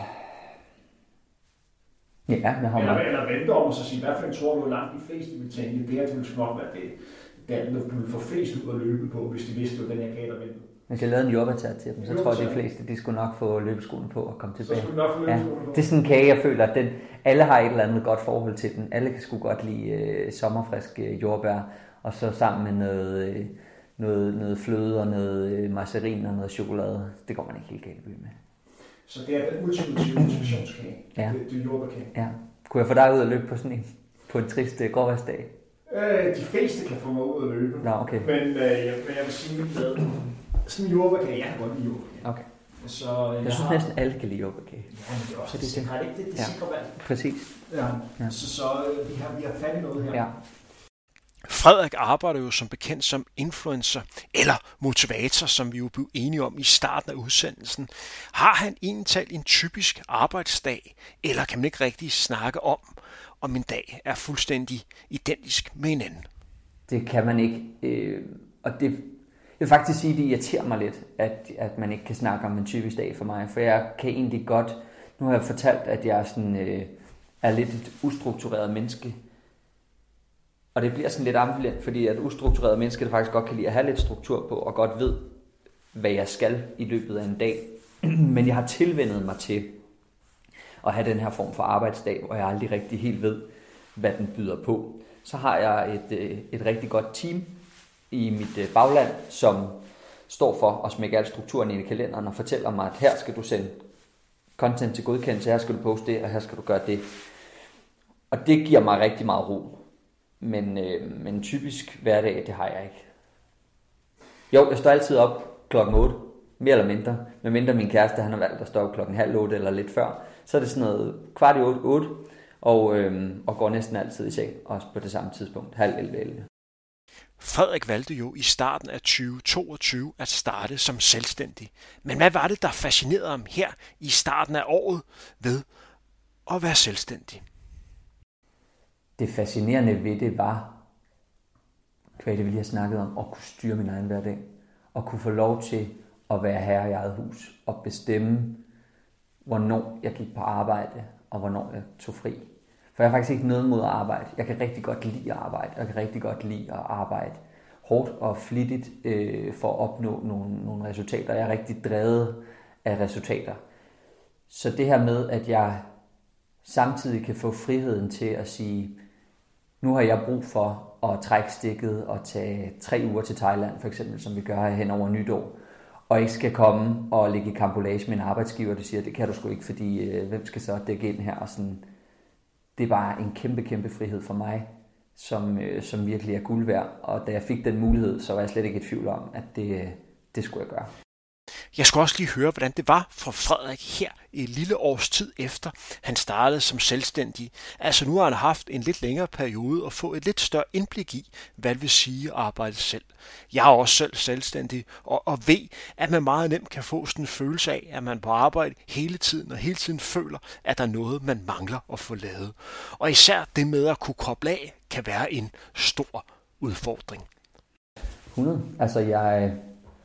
Ja, jeg har eller, eller vente om og så sige, hvad for en tror du, langt de fleste vil tænke, det her ville nok være det, der du ville få flest ud at løbe på, hvis de vidste, at den her kage der ventede. Hvis jeg lavede en jordbærtært til dem, så tror jeg, de fleste de skulle nok få løbeskoene på og komme tilbage. Så skulle nok få løbeskoene ja. på. Det er sådan en kage, jeg føler, at den, alle har et eller andet godt forhold til den. Alle kan sgu godt lide øh, sommerfriske jordbær, og så sammen med noget, øh, noget, noget fløde og noget øh, marcerin og noget chokolade. Det går man ikke helt galt med. Så det er den ultimative motivationskage. Ja. Det, det er jordbærkage. Ja. Kunne jeg få dig ud at løbe på sådan en, på en trist uh, gråværsdag? Øh, de fleste kan få mig ud at løbe. Nå, okay. Men, øh, jeg, men jeg vil sige, at sådan en jordbærkage, jeg kan godt lide jordbærkage. Okay. Så, jeg, jeg synes har... næsten alle kan lide jordbærkage. Ja, men det er også det, det, det, det, det, det, det ja. sikrer valg. Præcis. Ja. Ja. Så, så øh, vi, har, vi har fat i noget her. Ja. Frederik arbejder jo som bekendt som influencer, eller motivator, som vi jo blev enige om i starten af udsendelsen. Har han egentlig en typisk arbejdsdag, eller kan man ikke rigtig snakke om, om en dag er fuldstændig identisk med hinanden? Det kan man ikke, øh, og det, jeg vil faktisk sige, at det irriterer mig lidt, at, at man ikke kan snakke om en typisk dag for mig, for jeg kan egentlig godt, nu har jeg fortalt, at jeg sådan, øh, er lidt et ustruktureret menneske, og det bliver sådan lidt ambivalent, fordi at ustruktureret menneske, der faktisk godt kan lide at have lidt struktur på, og godt ved, hvad jeg skal i løbet af en dag. Men jeg har tilvænnet mig til at have den her form for arbejdsdag, hvor jeg aldrig rigtig helt ved, hvad den byder på. Så har jeg et, et rigtig godt team i mit bagland, som står for at smække al strukturen ind i kalenderen og fortæller mig, at her skal du sende content til godkendelse, her skal du poste det, og her skal du gøre det. Og det giver mig rigtig meget ro. Men, øh, men typisk hverdag, det har jeg ikke. Jo, jeg står altid op klokken otte, mere eller mindre. Med mindre min kæreste, han har valgt at stå op klokken halv otte eller lidt før. Så er det sådan noget kvart i otte, otte og, øh, og går næsten altid i seng, også på det samme tidspunkt, halv elleve, elleve. Frederik valgte jo i starten af tyve toogtyve at starte som selvstændig. Men hvad var det, der fascinerede ham her i starten af året ved at være selvstændig? Det fascinerende ved det var, hvad det ville jeg snakkede om, at kunne styre min egen hverdag. Og kunne få lov til at være herre i eget hus. Og bestemme, hvornår jeg gik på arbejde, og hvornår jeg tog fri. For jeg har faktisk ikke noget mod at arbejde. Jeg kan rigtig godt lide at arbejde. Jeg kan rigtig godt lide at arbejde hårdt og flittigt øh, for at opnå nogle, nogle resultater. Jeg er rigtig drevet af resultater. Så det her med, at jeg samtidig kan få friheden til at sige, nu har jeg brug for at trække stikket og tage tre uger til Thailand, for eksempel, som vi gør hen over nytår, og ikke skal komme og ligge i kampolage med en arbejdsgiver, der siger, det kan du sgu ikke, fordi øh, hvem skal så dække ind her? Og sådan, det er bare en kæmpe, kæmpe frihed for mig, som, øh, som virkelig er guld værd. Og da jeg fik den mulighed, så var jeg slet ikke i tvivl om, at det, det skulle jeg gøre. Jeg skulle også lige høre, hvordan det var for Frederik her et lille års tid efter, han startede som selvstændig. Altså nu har han haft en lidt længere periode og få et lidt større indblik i, hvad det vil sige at arbejde selv. Jeg er også selv selvstændig og, og ved, at man meget nemt kan få sådan en følelse af, at man på arbejde hele tiden og hele tiden føler, at der er noget, man mangler at få lavet. Og især det med at kunne koble af, kan være en stor udfordring. hundrede. Altså jeg...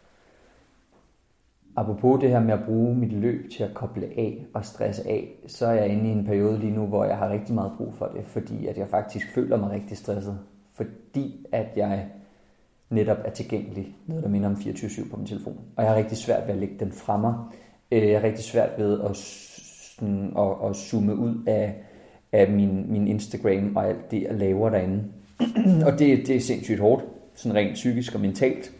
Apropos det her med at bruge mit løb til at koble af og stresse af, så er jeg inde i en periode lige nu, hvor jeg har rigtig meget brug for det, fordi at jeg faktisk føler mig rigtig stresset, fordi at jeg netop er tilgængelig, noget der minder om fireogtyve syv på min telefon. Og jeg har rigtig svært ved at lægge den fra mig. Jeg er rigtig svært ved at, sådan, at, at zoome ud af, af min, min Instagram og alt det, jeg laver derinde. Og det, det er sindssygt hårdt, sådan rent psykisk og mentalt.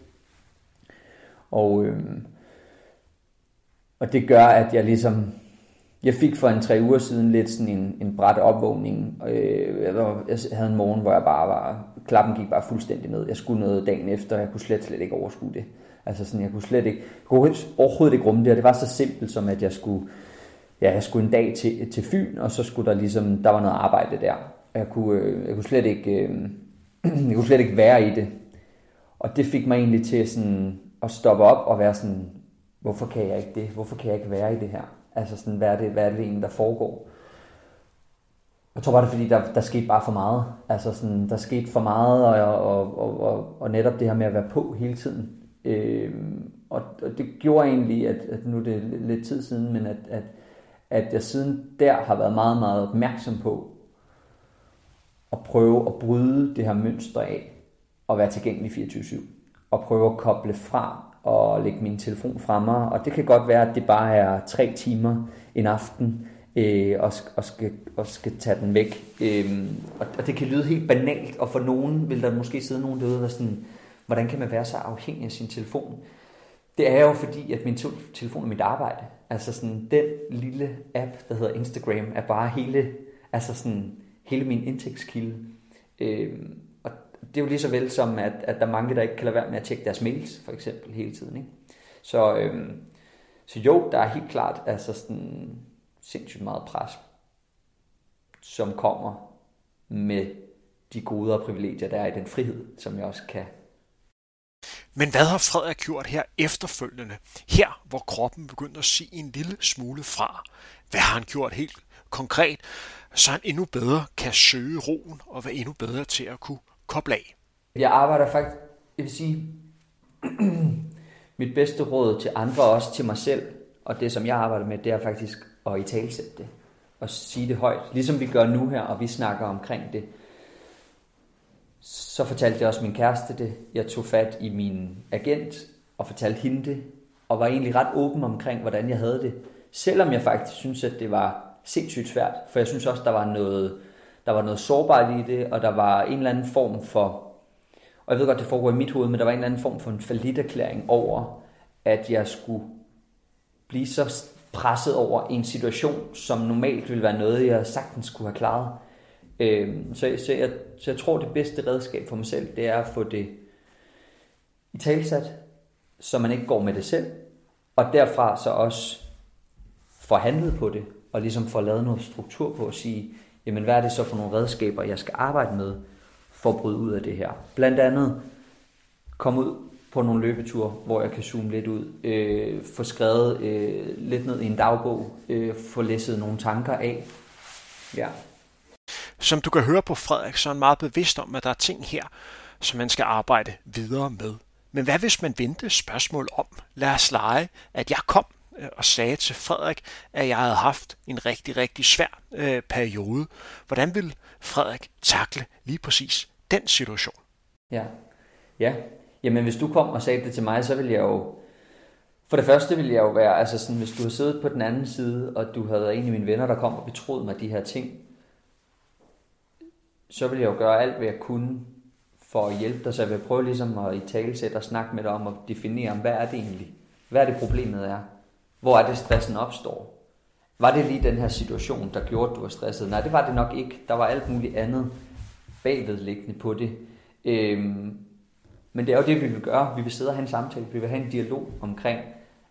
Og... Øhm, Og det gør, at jeg ligesom... Jeg fik for en tre uger siden lidt sådan en, en brat opvågning. Øh, jeg havde en morgen, hvor jeg bare var... Klappen gik bare fuldstændig ned. Jeg skulle noget dagen efter, og jeg kunne slet, slet ikke overskue det. Altså sådan, jeg kunne slet ikke... Jeg kunne overhovedet ikke rumme det, og det var så simpelt som, at jeg skulle... Ja, jeg skulle en dag til, til Fyn, og så skulle der ligesom... Der var noget arbejde der. Jeg kunne, jeg kunne slet ikke... Øh, jeg kunne slet ikke være i det. Og det fik mig egentlig til sådan at stoppe op og være sådan... Hvorfor kan jeg ikke det? Hvorfor kan jeg ikke være i det her? Altså sådan, hvad er det, hvad er det egentlig, der foregår? Jeg tror bare, det er fordi, der, der skete bare for meget. Altså sådan, der skete for meget, og, og, og, og, og netop det her med at være på hele tiden. Øhm, og, og det gjorde egentlig, at, at nu er det lidt tid siden, men at, at, at jeg siden der har været meget, meget opmærksom på at prøve at bryde det her mønster af, og være tilgængelig fireogtyve syv. Og prøve at koble fra, og lægge min telefon fra mig, og det kan godt være, at det bare er tre timer en aften, øh, og, og, skal, og skal tage den væk. Øh, og, og det kan lyde helt banalt, og for nogen vil der måske sidde nogen derude, der sådan, hvordan kan man være så afhængig af sin telefon? Det er jo fordi, at min telefon er mit arbejde. Altså sådan, den lille app, der hedder Instagram, er bare hele, altså sådan, hele min indtægtskilde. Øh, Det er jo lige så vel som, at, at der er mange, der ikke kan lade være med at tjekke deres mails, for eksempel, hele tiden. Ikke? Så, øhm, så jo, der er helt klart altså sådan sindssygt meget pres, som kommer med de gode og privilegier, der er i den frihed, som jeg også kan. Men hvad har Frederik gjort her efterfølgende? Her, hvor kroppen begynder at sige en lille smule fra. Hvad har han gjort helt konkret, så han endnu bedre kan søge roen og være endnu bedre til at kunne koble af? Jeg arbejder faktisk, jeg vil sige, mit bedste råd til andre, og også til mig selv, og det som jeg arbejder med, det er faktisk at italesætte det, og sige det højt, ligesom vi gør nu her, og vi snakker omkring det. Så fortalte jeg også min kæreste det, jeg tog fat i min agent, og fortalte hende det, og var egentlig ret åben omkring, hvordan jeg havde det, selvom jeg faktisk synes, at det var sindssygt svært, for jeg synes også, der var noget... Der var noget sårbart i det, og der var en eller anden form for, og jeg ved godt, det foregår i mit hoved, men der var en eller anden form for en falliterklæring over, at jeg skulle blive så presset over en situation, som normalt ville være noget, jeg sagtens skulle have klaret. Så, så, jeg, så jeg tror, det bedste redskab for mig selv, det er at få det italesat, så man ikke går med det selv, og derfra så også få handlet på det, og ligesom få lavet noget struktur på at sige, jamen hvad er det så for nogle redskaber, jeg skal arbejde med for at bryde ud af det her. Blandt andet komme ud på nogle løbeture, hvor jeg kan zoome lidt ud, øh, få skrevet øh, lidt ned i en dagbog, øh, få læsset nogle tanker af. Ja. Som du kan høre på Frederik, så er han meget bevidst om, at der er ting her, som man skal arbejde videre med. Men hvad hvis man vendte spørgsmål om? Lad os lege, at jeg kom og sagde til Frederik, at jeg havde haft en rigtig, rigtig svær øh, periode. Hvordan vil Frederik takle lige præcis den situation? Ja, ja. Jamen hvis du kom og sagde det til mig, så ville jeg jo... For det første ville jeg jo være, altså sådan, hvis du havde siddet på den anden side, og du havde en af mine venner, der kom og betroede mig de her ting, så ville jeg jo gøre alt, hvad jeg kunne for at hjælpe dig. Så jeg vil prøve ligesom at italesætte og snakke med dig om at definere, hvad er det egentlig? Hvad er det problemet er? Hvor er det stressen opstår? Var det lige den her situation, der gjorde, at du var stresset? Nej, det var det nok ikke. Der var alt muligt andet bagvedliggende på det. Øhm, men det er jo det, vi vil gøre. Vi vil sidde og have en samtale. Vi vil have en dialog omkring,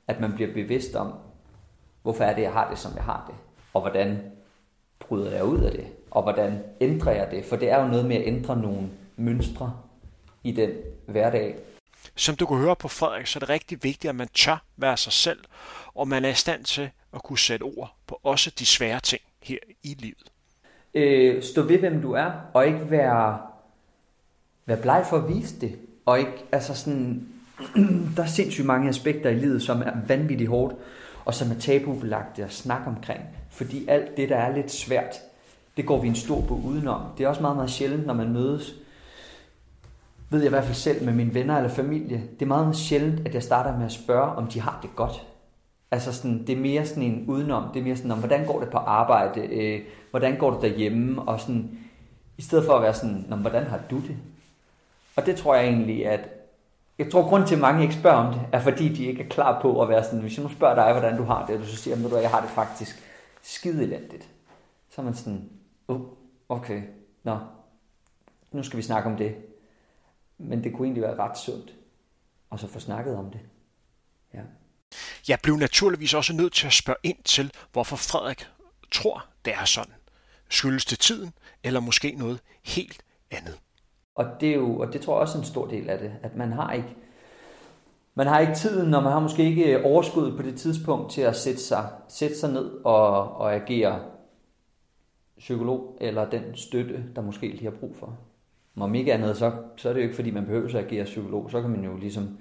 at man bliver bevidst om, hvorfor er det, jeg har det, som jeg har det, og hvordan bryder jeg ud af det, og hvordan ændrer jeg det, for det er jo noget med at ændre nogle mønstre i den hverdag. Som du kan høre på Frederik, så er det rigtig vigtigt, at man tør være sig selv, og man er i stand til at kunne sætte ord på også de svære ting her i livet. Øh, stå ved, hvem du er, og ikke være, være bleg for at vise det. Og ikke, altså sådan, der er sindssygt mange aspekter i livet, som er vanvittigt hårdt, og som er tabubelagte at snakke omkring. Fordi alt det, der er lidt svært, det går vi en stor på udenom. Det er også meget, meget sjældent, når man mødes, ved jeg i hvert fald selv med mine venner eller familie, det er meget, meget sjældent, at jeg starter med at spørge, om de har det godt. Altså sådan, det er mere sådan en udenom, det er mere sådan, om, hvordan går det på arbejde, øh, hvordan går det derhjemme, og sådan, i stedet for at være sådan, om, hvordan har du det? Og det tror jeg egentlig, at, jeg tror grund til, at mange ikke spørger om det, er fordi de ikke er klar på at være sådan, hvis jeg nu spørger dig, hvordan du har det, og du så siger, at jeg har det faktisk skide elendigt. Så er man sådan, oh, okay, nå, nu skal vi snakke om det. Men det kunne egentlig være ret sundt, og så få snakket om det. Ja. Jeg blev naturligvis også nødt til at spørge ind til, hvorfor Frederik tror, det er sådan. Skyldes det tiden, eller måske noget helt andet? Og det er jo, og det tror jeg også er en stor del af det, at man har ikke, man har ikke tiden, og man har måske ikke overskud på det tidspunkt til at sætte sig, sætte sig ned og, og agere psykolog, eller den støtte, der måske lige har brug for. Om ikke andet, så, så er det jo ikke, fordi man behøver at agere psykolog. Så kan man jo ligesom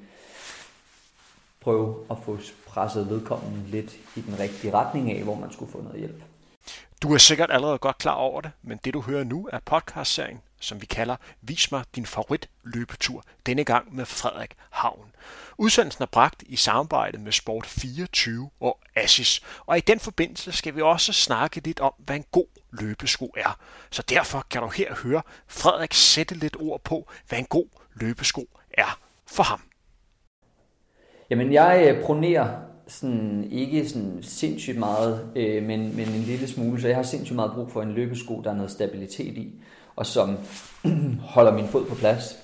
prøve at få presset vedkommende lidt i den rigtige retning af, hvor man skulle få noget hjælp. Du er sikkert allerede godt klar over det, men det du hører nu er podcastserien, som vi kalder Vis mig din favoritløbetur, denne gang med Frederik Havn. Udsendelsen er bragt i samarbejde med Sport fireogtyve og Asics, og i den forbindelse skal vi også snakke lidt om, hvad en god løbesko er. Så derfor kan du her høre Frederik sætte lidt ord på, hvad en god løbesko er for ham. Jamen, jeg pronerer sådan, ikke sådan sindssygt meget, øh, men, men en lille smule, så jeg har sindssygt meget brug for en løbesko, der er noget stabilitet i, og som holder min fod på plads.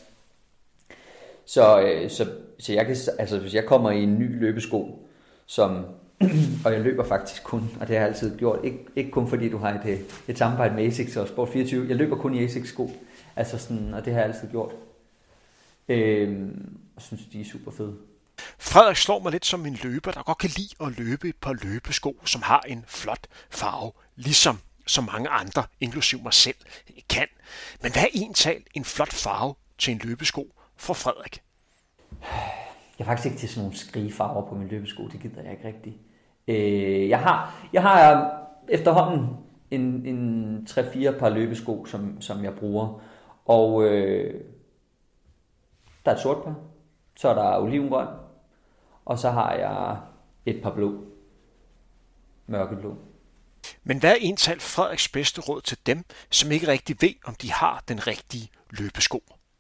Så, øh, så, så jeg kan, altså, hvis jeg kommer i en ny løbesko, som, og jeg løber faktisk kun, og det har jeg altid gjort, ikke, ikke kun fordi du har et, et samarbejde med Asics og Sport fireogtyve, jeg løber kun i Asics sko, altså sådan, og det har jeg altid gjort. Øh, og synes, de er super fede. Frederik slår mig lidt som en løber, der godt kan lide at løbe et par løbesko, som har en flot farve, ligesom så mange andre, inklusiv mig selv, kan. Men hvad er egentlig en flot farve til en løbesko for Frederik? Jeg har faktisk ikke til sådan nogle skrigefarver på min løbesko, det gider jeg ikke rigtigt. Øh, jeg har, jeg har efterhånden en, en tre fire par løbesko, som, som jeg bruger, og øh, der er et sort par, så er der olivengrøn, og så har jeg et par blå, mørkeblå. Men hvad er egentlig Frederiks bedste råd til dem, som ikke rigtig ved, om de har den rigtige løbesko?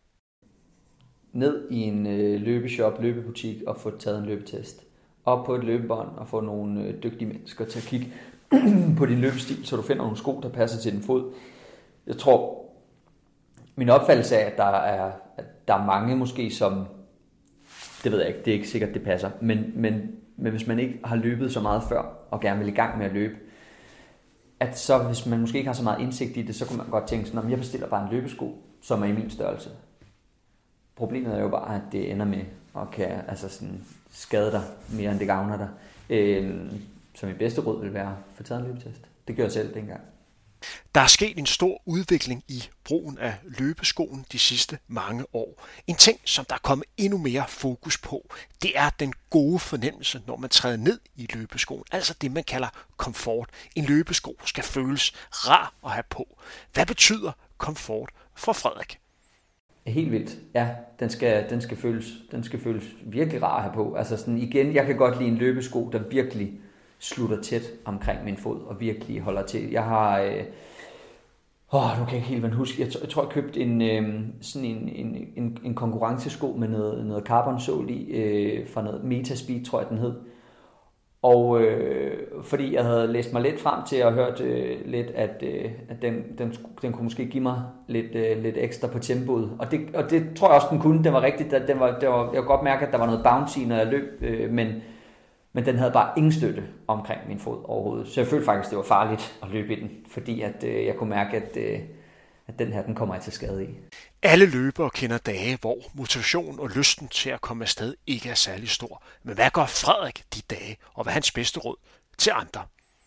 Ned i en øh, løbeshop, løbebutik og få taget en løbetest. Op på et løbebånd og få nogle øh, dygtige mennesker til at kigge på din løbestil, så du finder nogle sko, der passer til din fod. Jeg tror, min opfattelse er, at der er, at der er mange måske, som, det ved jeg ikke, det er ikke sikkert, det passer, men, men, men hvis man ikke har løbet så meget før, og gerne vil i gang med at løbe, at så hvis man måske ikke har så meget indsigt i det, så kunne man godt tænke sådan, at jeg bestiller bare en løbesko, som er i min størrelse. Problemet er jo bare, at det ender med at kan altså sådan skade dig mere, end det gavner dig. Øh, så mit bedste råd vil være at få taget en løbetest. Det gør jeg selv dengang. Der er sket en stor udvikling i brugen af løbeskoen de sidste mange år. En ting, som der er kommet endnu mere fokus på, det er den gode fornemmelse, når man træder ned i løbeskoen. Altså det, man kalder komfort. En løbesko skal føles rar at have på. Hvad betyder komfort for Frederik? Helt vildt. Ja, den skal, den skal føles, den skal føles virkelig rar at have på. Altså sådan igen, jeg kan godt lide en løbesko, der virkelig slutter tæt omkring min fod og virkelig holder til. Jeg har, øh, åh, nu kan jeg ikke helt huske, jeg, jeg tror jeg købte en øh, sådan en, en, en, en konkurrencesko med noget, noget carbon-sål i øh, fra noget Metaspeed, tror jeg den hed. Og øh, fordi jeg havde læst mig lidt frem til og hørt øh, lidt, at, øh, at den, den, den kunne måske give mig lidt, øh, lidt ekstra på tempoet. Og det, og det tror jeg også, den kunne. Den var rigtigt. Den var, det var, jeg kunne godt mærke, at der var noget bouncy, når jeg løb. Øh, men, Men den havde bare ingen støtte omkring min fod overhovedet. Så jeg følte faktisk, det var farligt at løbe i den, fordi at, øh, jeg kunne mærke, at, øh, at den her, den kommer jeg til skade i. Alle løbere kender dage, hvor motivationen og lysten til at komme afsted ikke er særlig stor. Men hvad gør Frederik de dage, og hvad er hans bedste råd til andre?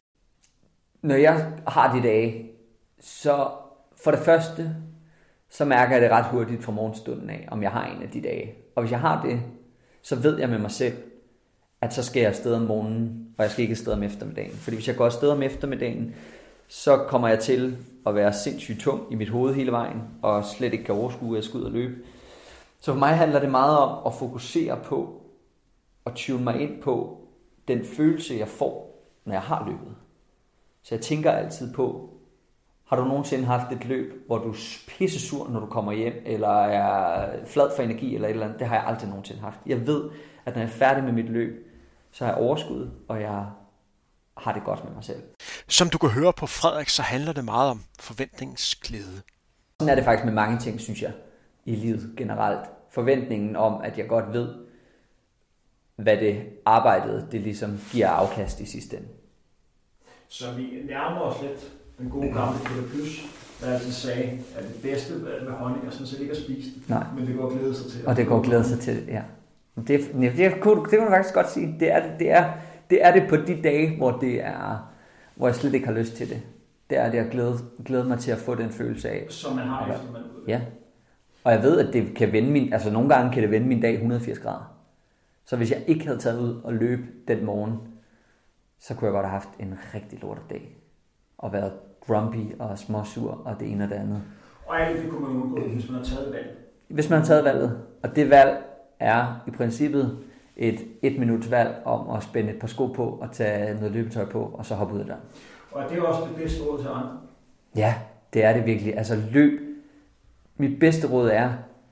Når jeg har de dage, så for det første, så mærker jeg det ret hurtigt fra morgenstunden af, om jeg har en af de dage. Og hvis jeg har det, så ved jeg med mig selv, at så skal jeg afsted om morgenen, og jeg skal ikke afsted om eftermiddagen. Fordi hvis jeg går afsted om eftermiddagen, så kommer jeg til at være sindssygt tung i mit hoved hele vejen, og slet ikke kan overskue, at jeg skal ud og løbe. Så for mig handler det meget om at fokusere på, og tune mig ind på, den følelse, jeg får, når jeg har løbet. Så jeg tænker altid på, har du nogensinde haft et løb, hvor du er pisse sur, når du kommer hjem, eller er flad for energi, eller et eller andet? Det har jeg aldrig nogensinde haft. Jeg ved, at når jeg er færdig med mit løb, så har jeg overskud, og jeg har det godt med mig selv. Som du kan høre på Frederik, så handler det meget om forventningsglæde. Sådan er det faktisk med mange ting, synes jeg, i livet generelt. Forventningen om, at jeg godt ved, hvad det arbejdet, det ligesom giver afkast i sidste ende. Så vi nærmer os lidt den gode gamle Peter Plys, der altid sagde, at det bedste med honning er sådan set ikke at spise det, Nej. men det går at glæde sig til. Og det går at glæde sig til, ja. Det, det, det, det kan man faktisk godt sige. Det er det, det, er, det er det på de dage, hvor, det er, hvor jeg slet ikke har lyst til det. Det er det at glæde, glæde mig til at få den følelse af. Som man har efter man ud. Ja. Og jeg ved, at det kan vende min, altså nogle gange kan det vende min dag et hundrede og firs grader. Så hvis jeg ikke havde taget ud og løbe den morgen, så kunne jeg godt have haft en rigtig lortedag. Og været grumpy og småsur og det ene og det andet. Og alt det kunne man undgå, hvis man har taget valget. Hvis man har taget valget. Og det valg er i princippet et et minuts valg om at spænde et par sko på og tage noget løbetøj på, og så hoppe ud af der. Og det er også det bedste råd til andre. Ja, det er det virkelig. Altså løb. Mit bedste råd er,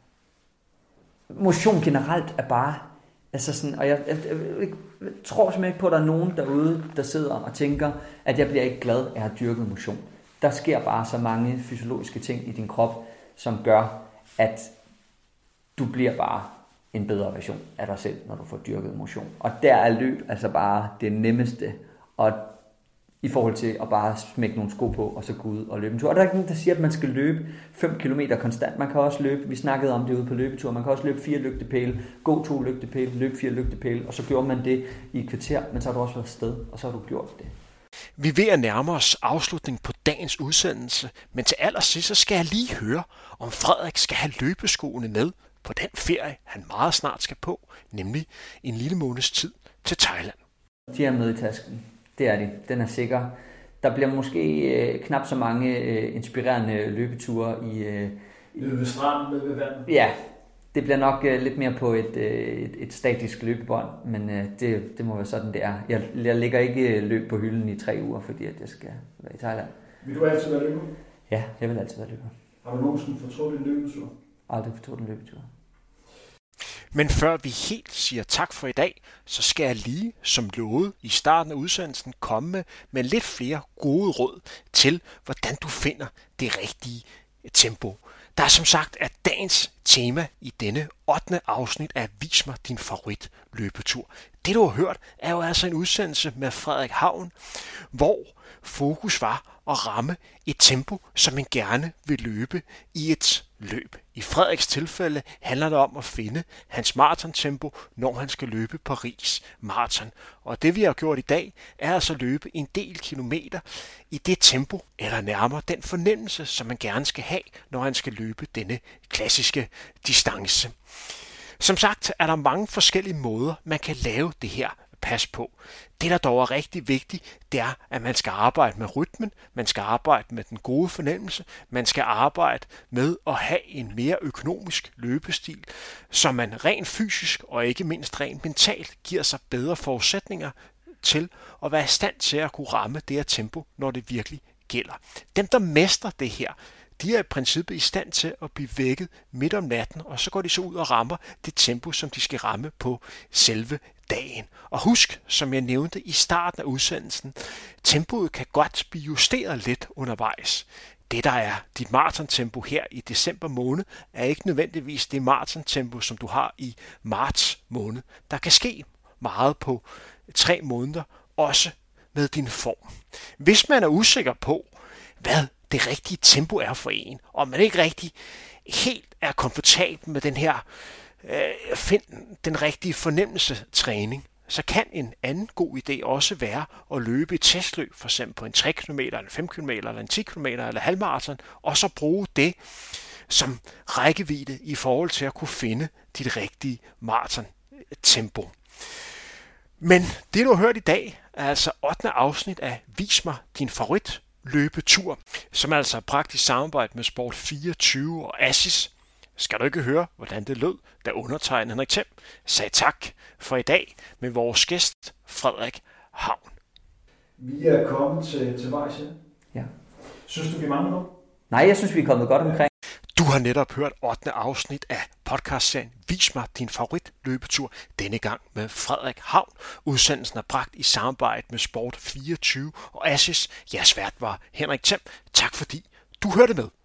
motion generelt er bare, altså sådan, og jeg, jeg, jeg, jeg tror simpelthen ikke på, at der er nogen derude, der sidder og tænker, at jeg bliver ikke glad af at have dyrket motion. Der sker bare så mange fysiologiske ting i din krop, som gør, at du bliver bare en bedre version af dig selv, når du får dyrket motion. Og der er løb altså bare det nemmeste, og i forhold til at bare smække nogle sko på, og så gå ud og løbe en tur. Og der er ikke nogen, der siger, at man skal løbe fem kilometer konstant. Man kan også løbe, vi snakkede om det ude på løbetur, man kan også løbe fire lygtepæle, gå to lygtepæle, løbe fire lygtepæle, og så gjorde man det i et kvarter, men så har du også været afsted, og så har du gjort det. Vi er ved at nærme os afslutningen på dagens udsendelse, men til allersidst så skal jeg lige høre, om Frederik skal have løbeskoene med på den ferie, han meget snart skal på, nemlig en lille måneds tid til Thailand. De er med i tasken. Det er de. Den er sikker. Der bliver måske øh, knap så mange øh, inspirerende løbeture i... Øh, Løbe ved stranden, løbe ved vandet. Ja, det bliver nok øh, lidt mere på et, øh, et, et statisk løbebånd, men øh, det, det må være sådan, det er. Jeg, jeg lægger ikke løb på hylden i tre uger, fordi at jeg skal være i Thailand. Vil du altid være løber? Ja, jeg vil altid være løber. Har du nogensinde fortrudt en løbetur? Aldrig fortrudt en løbetur. Men før vi helt siger tak for i dag, så skal jeg lige, som lovet i starten af udsendelsen, komme med, med lidt flere gode råd til, hvordan du finder det rigtige tempo. Der er som sagt at dagens tema i denne ottende afsnit af Vis mig din favorit løbetur. Det du har hørt er jo altså en udsendelse med Frederik Havn, hvor fokus var at ramme et tempo, som man gerne vil løbe i et løb. I Frederiks tilfælde handler det om at finde hans maratontempo, når han skal løbe Paris Marathon. Og det vi har gjort i dag, er altså at løbe en del kilometer i det tempo, eller nærmere den fornemmelse, som man gerne skal have, når han skal løbe denne klassiske distance. Som sagt er der mange forskellige måder, man kan lave det her pas på. Det, der dog er rigtig vigtigt, det er, at man skal arbejde med rytmen, man skal arbejde med den gode fornemmelse, man skal arbejde med at have en mere økonomisk løbestil, så man rent fysisk og ikke mindst rent mentalt giver sig bedre forudsætninger til at være i stand til at kunne ramme det her tempo, når det virkelig gælder. Dem, der mestrer det her, de er i princippet i stand til at blive vækket midt om natten, og så går de så ud og rammer det tempo, som de skal ramme på selve dagen. Og husk, som jeg nævnte i starten af udsendelsen, tempoet kan godt blive justeret lidt undervejs. Det, der er dit maratontempo her i december måned, er ikke nødvendigvis det maratontempo, som du har i marts måned. Der kan ske meget på tre måneder, også med din form. Hvis man er usikker på, hvad det rigtige tempo er for en, og man ikke rigtig helt er komfortabel med den her øh, find den rigtige fornemmelse træning, så kan en anden god idé også være at løbe et testløb, for eksempel på en tre kilometer, eller fem kilometer, eller en ti kilometer, eller halvmarathon, og så bruge det som rækkevidde i forhold til at kunne finde dit rigtige maraton-tempo. Men det, du har hørt i dag, er altså ottende afsnit af Vis mig din favorit løbetur, som er altså praktisk samarbejde med Sport fireogtyve og Asis. Skal du ikke høre, hvordan det lød, da undertegnede Henrik Thiem sagde tak for i dag med vores gæst, Frederik Havn. Vi er kommet til, til vejs her. Ja. Synes du, vi mangler noget? Nej, jeg synes, vi er kommet godt omkring. Du har netop hørt ottende afsnit af podcastserien Vis mig din favorit løbetur, denne gang med Frederik Havn. Udsendelsen er bragt i samarbejde med Sport fireogtyve og Asis. Jeres vært var Henrik Thiem. Tak fordi du hørte med.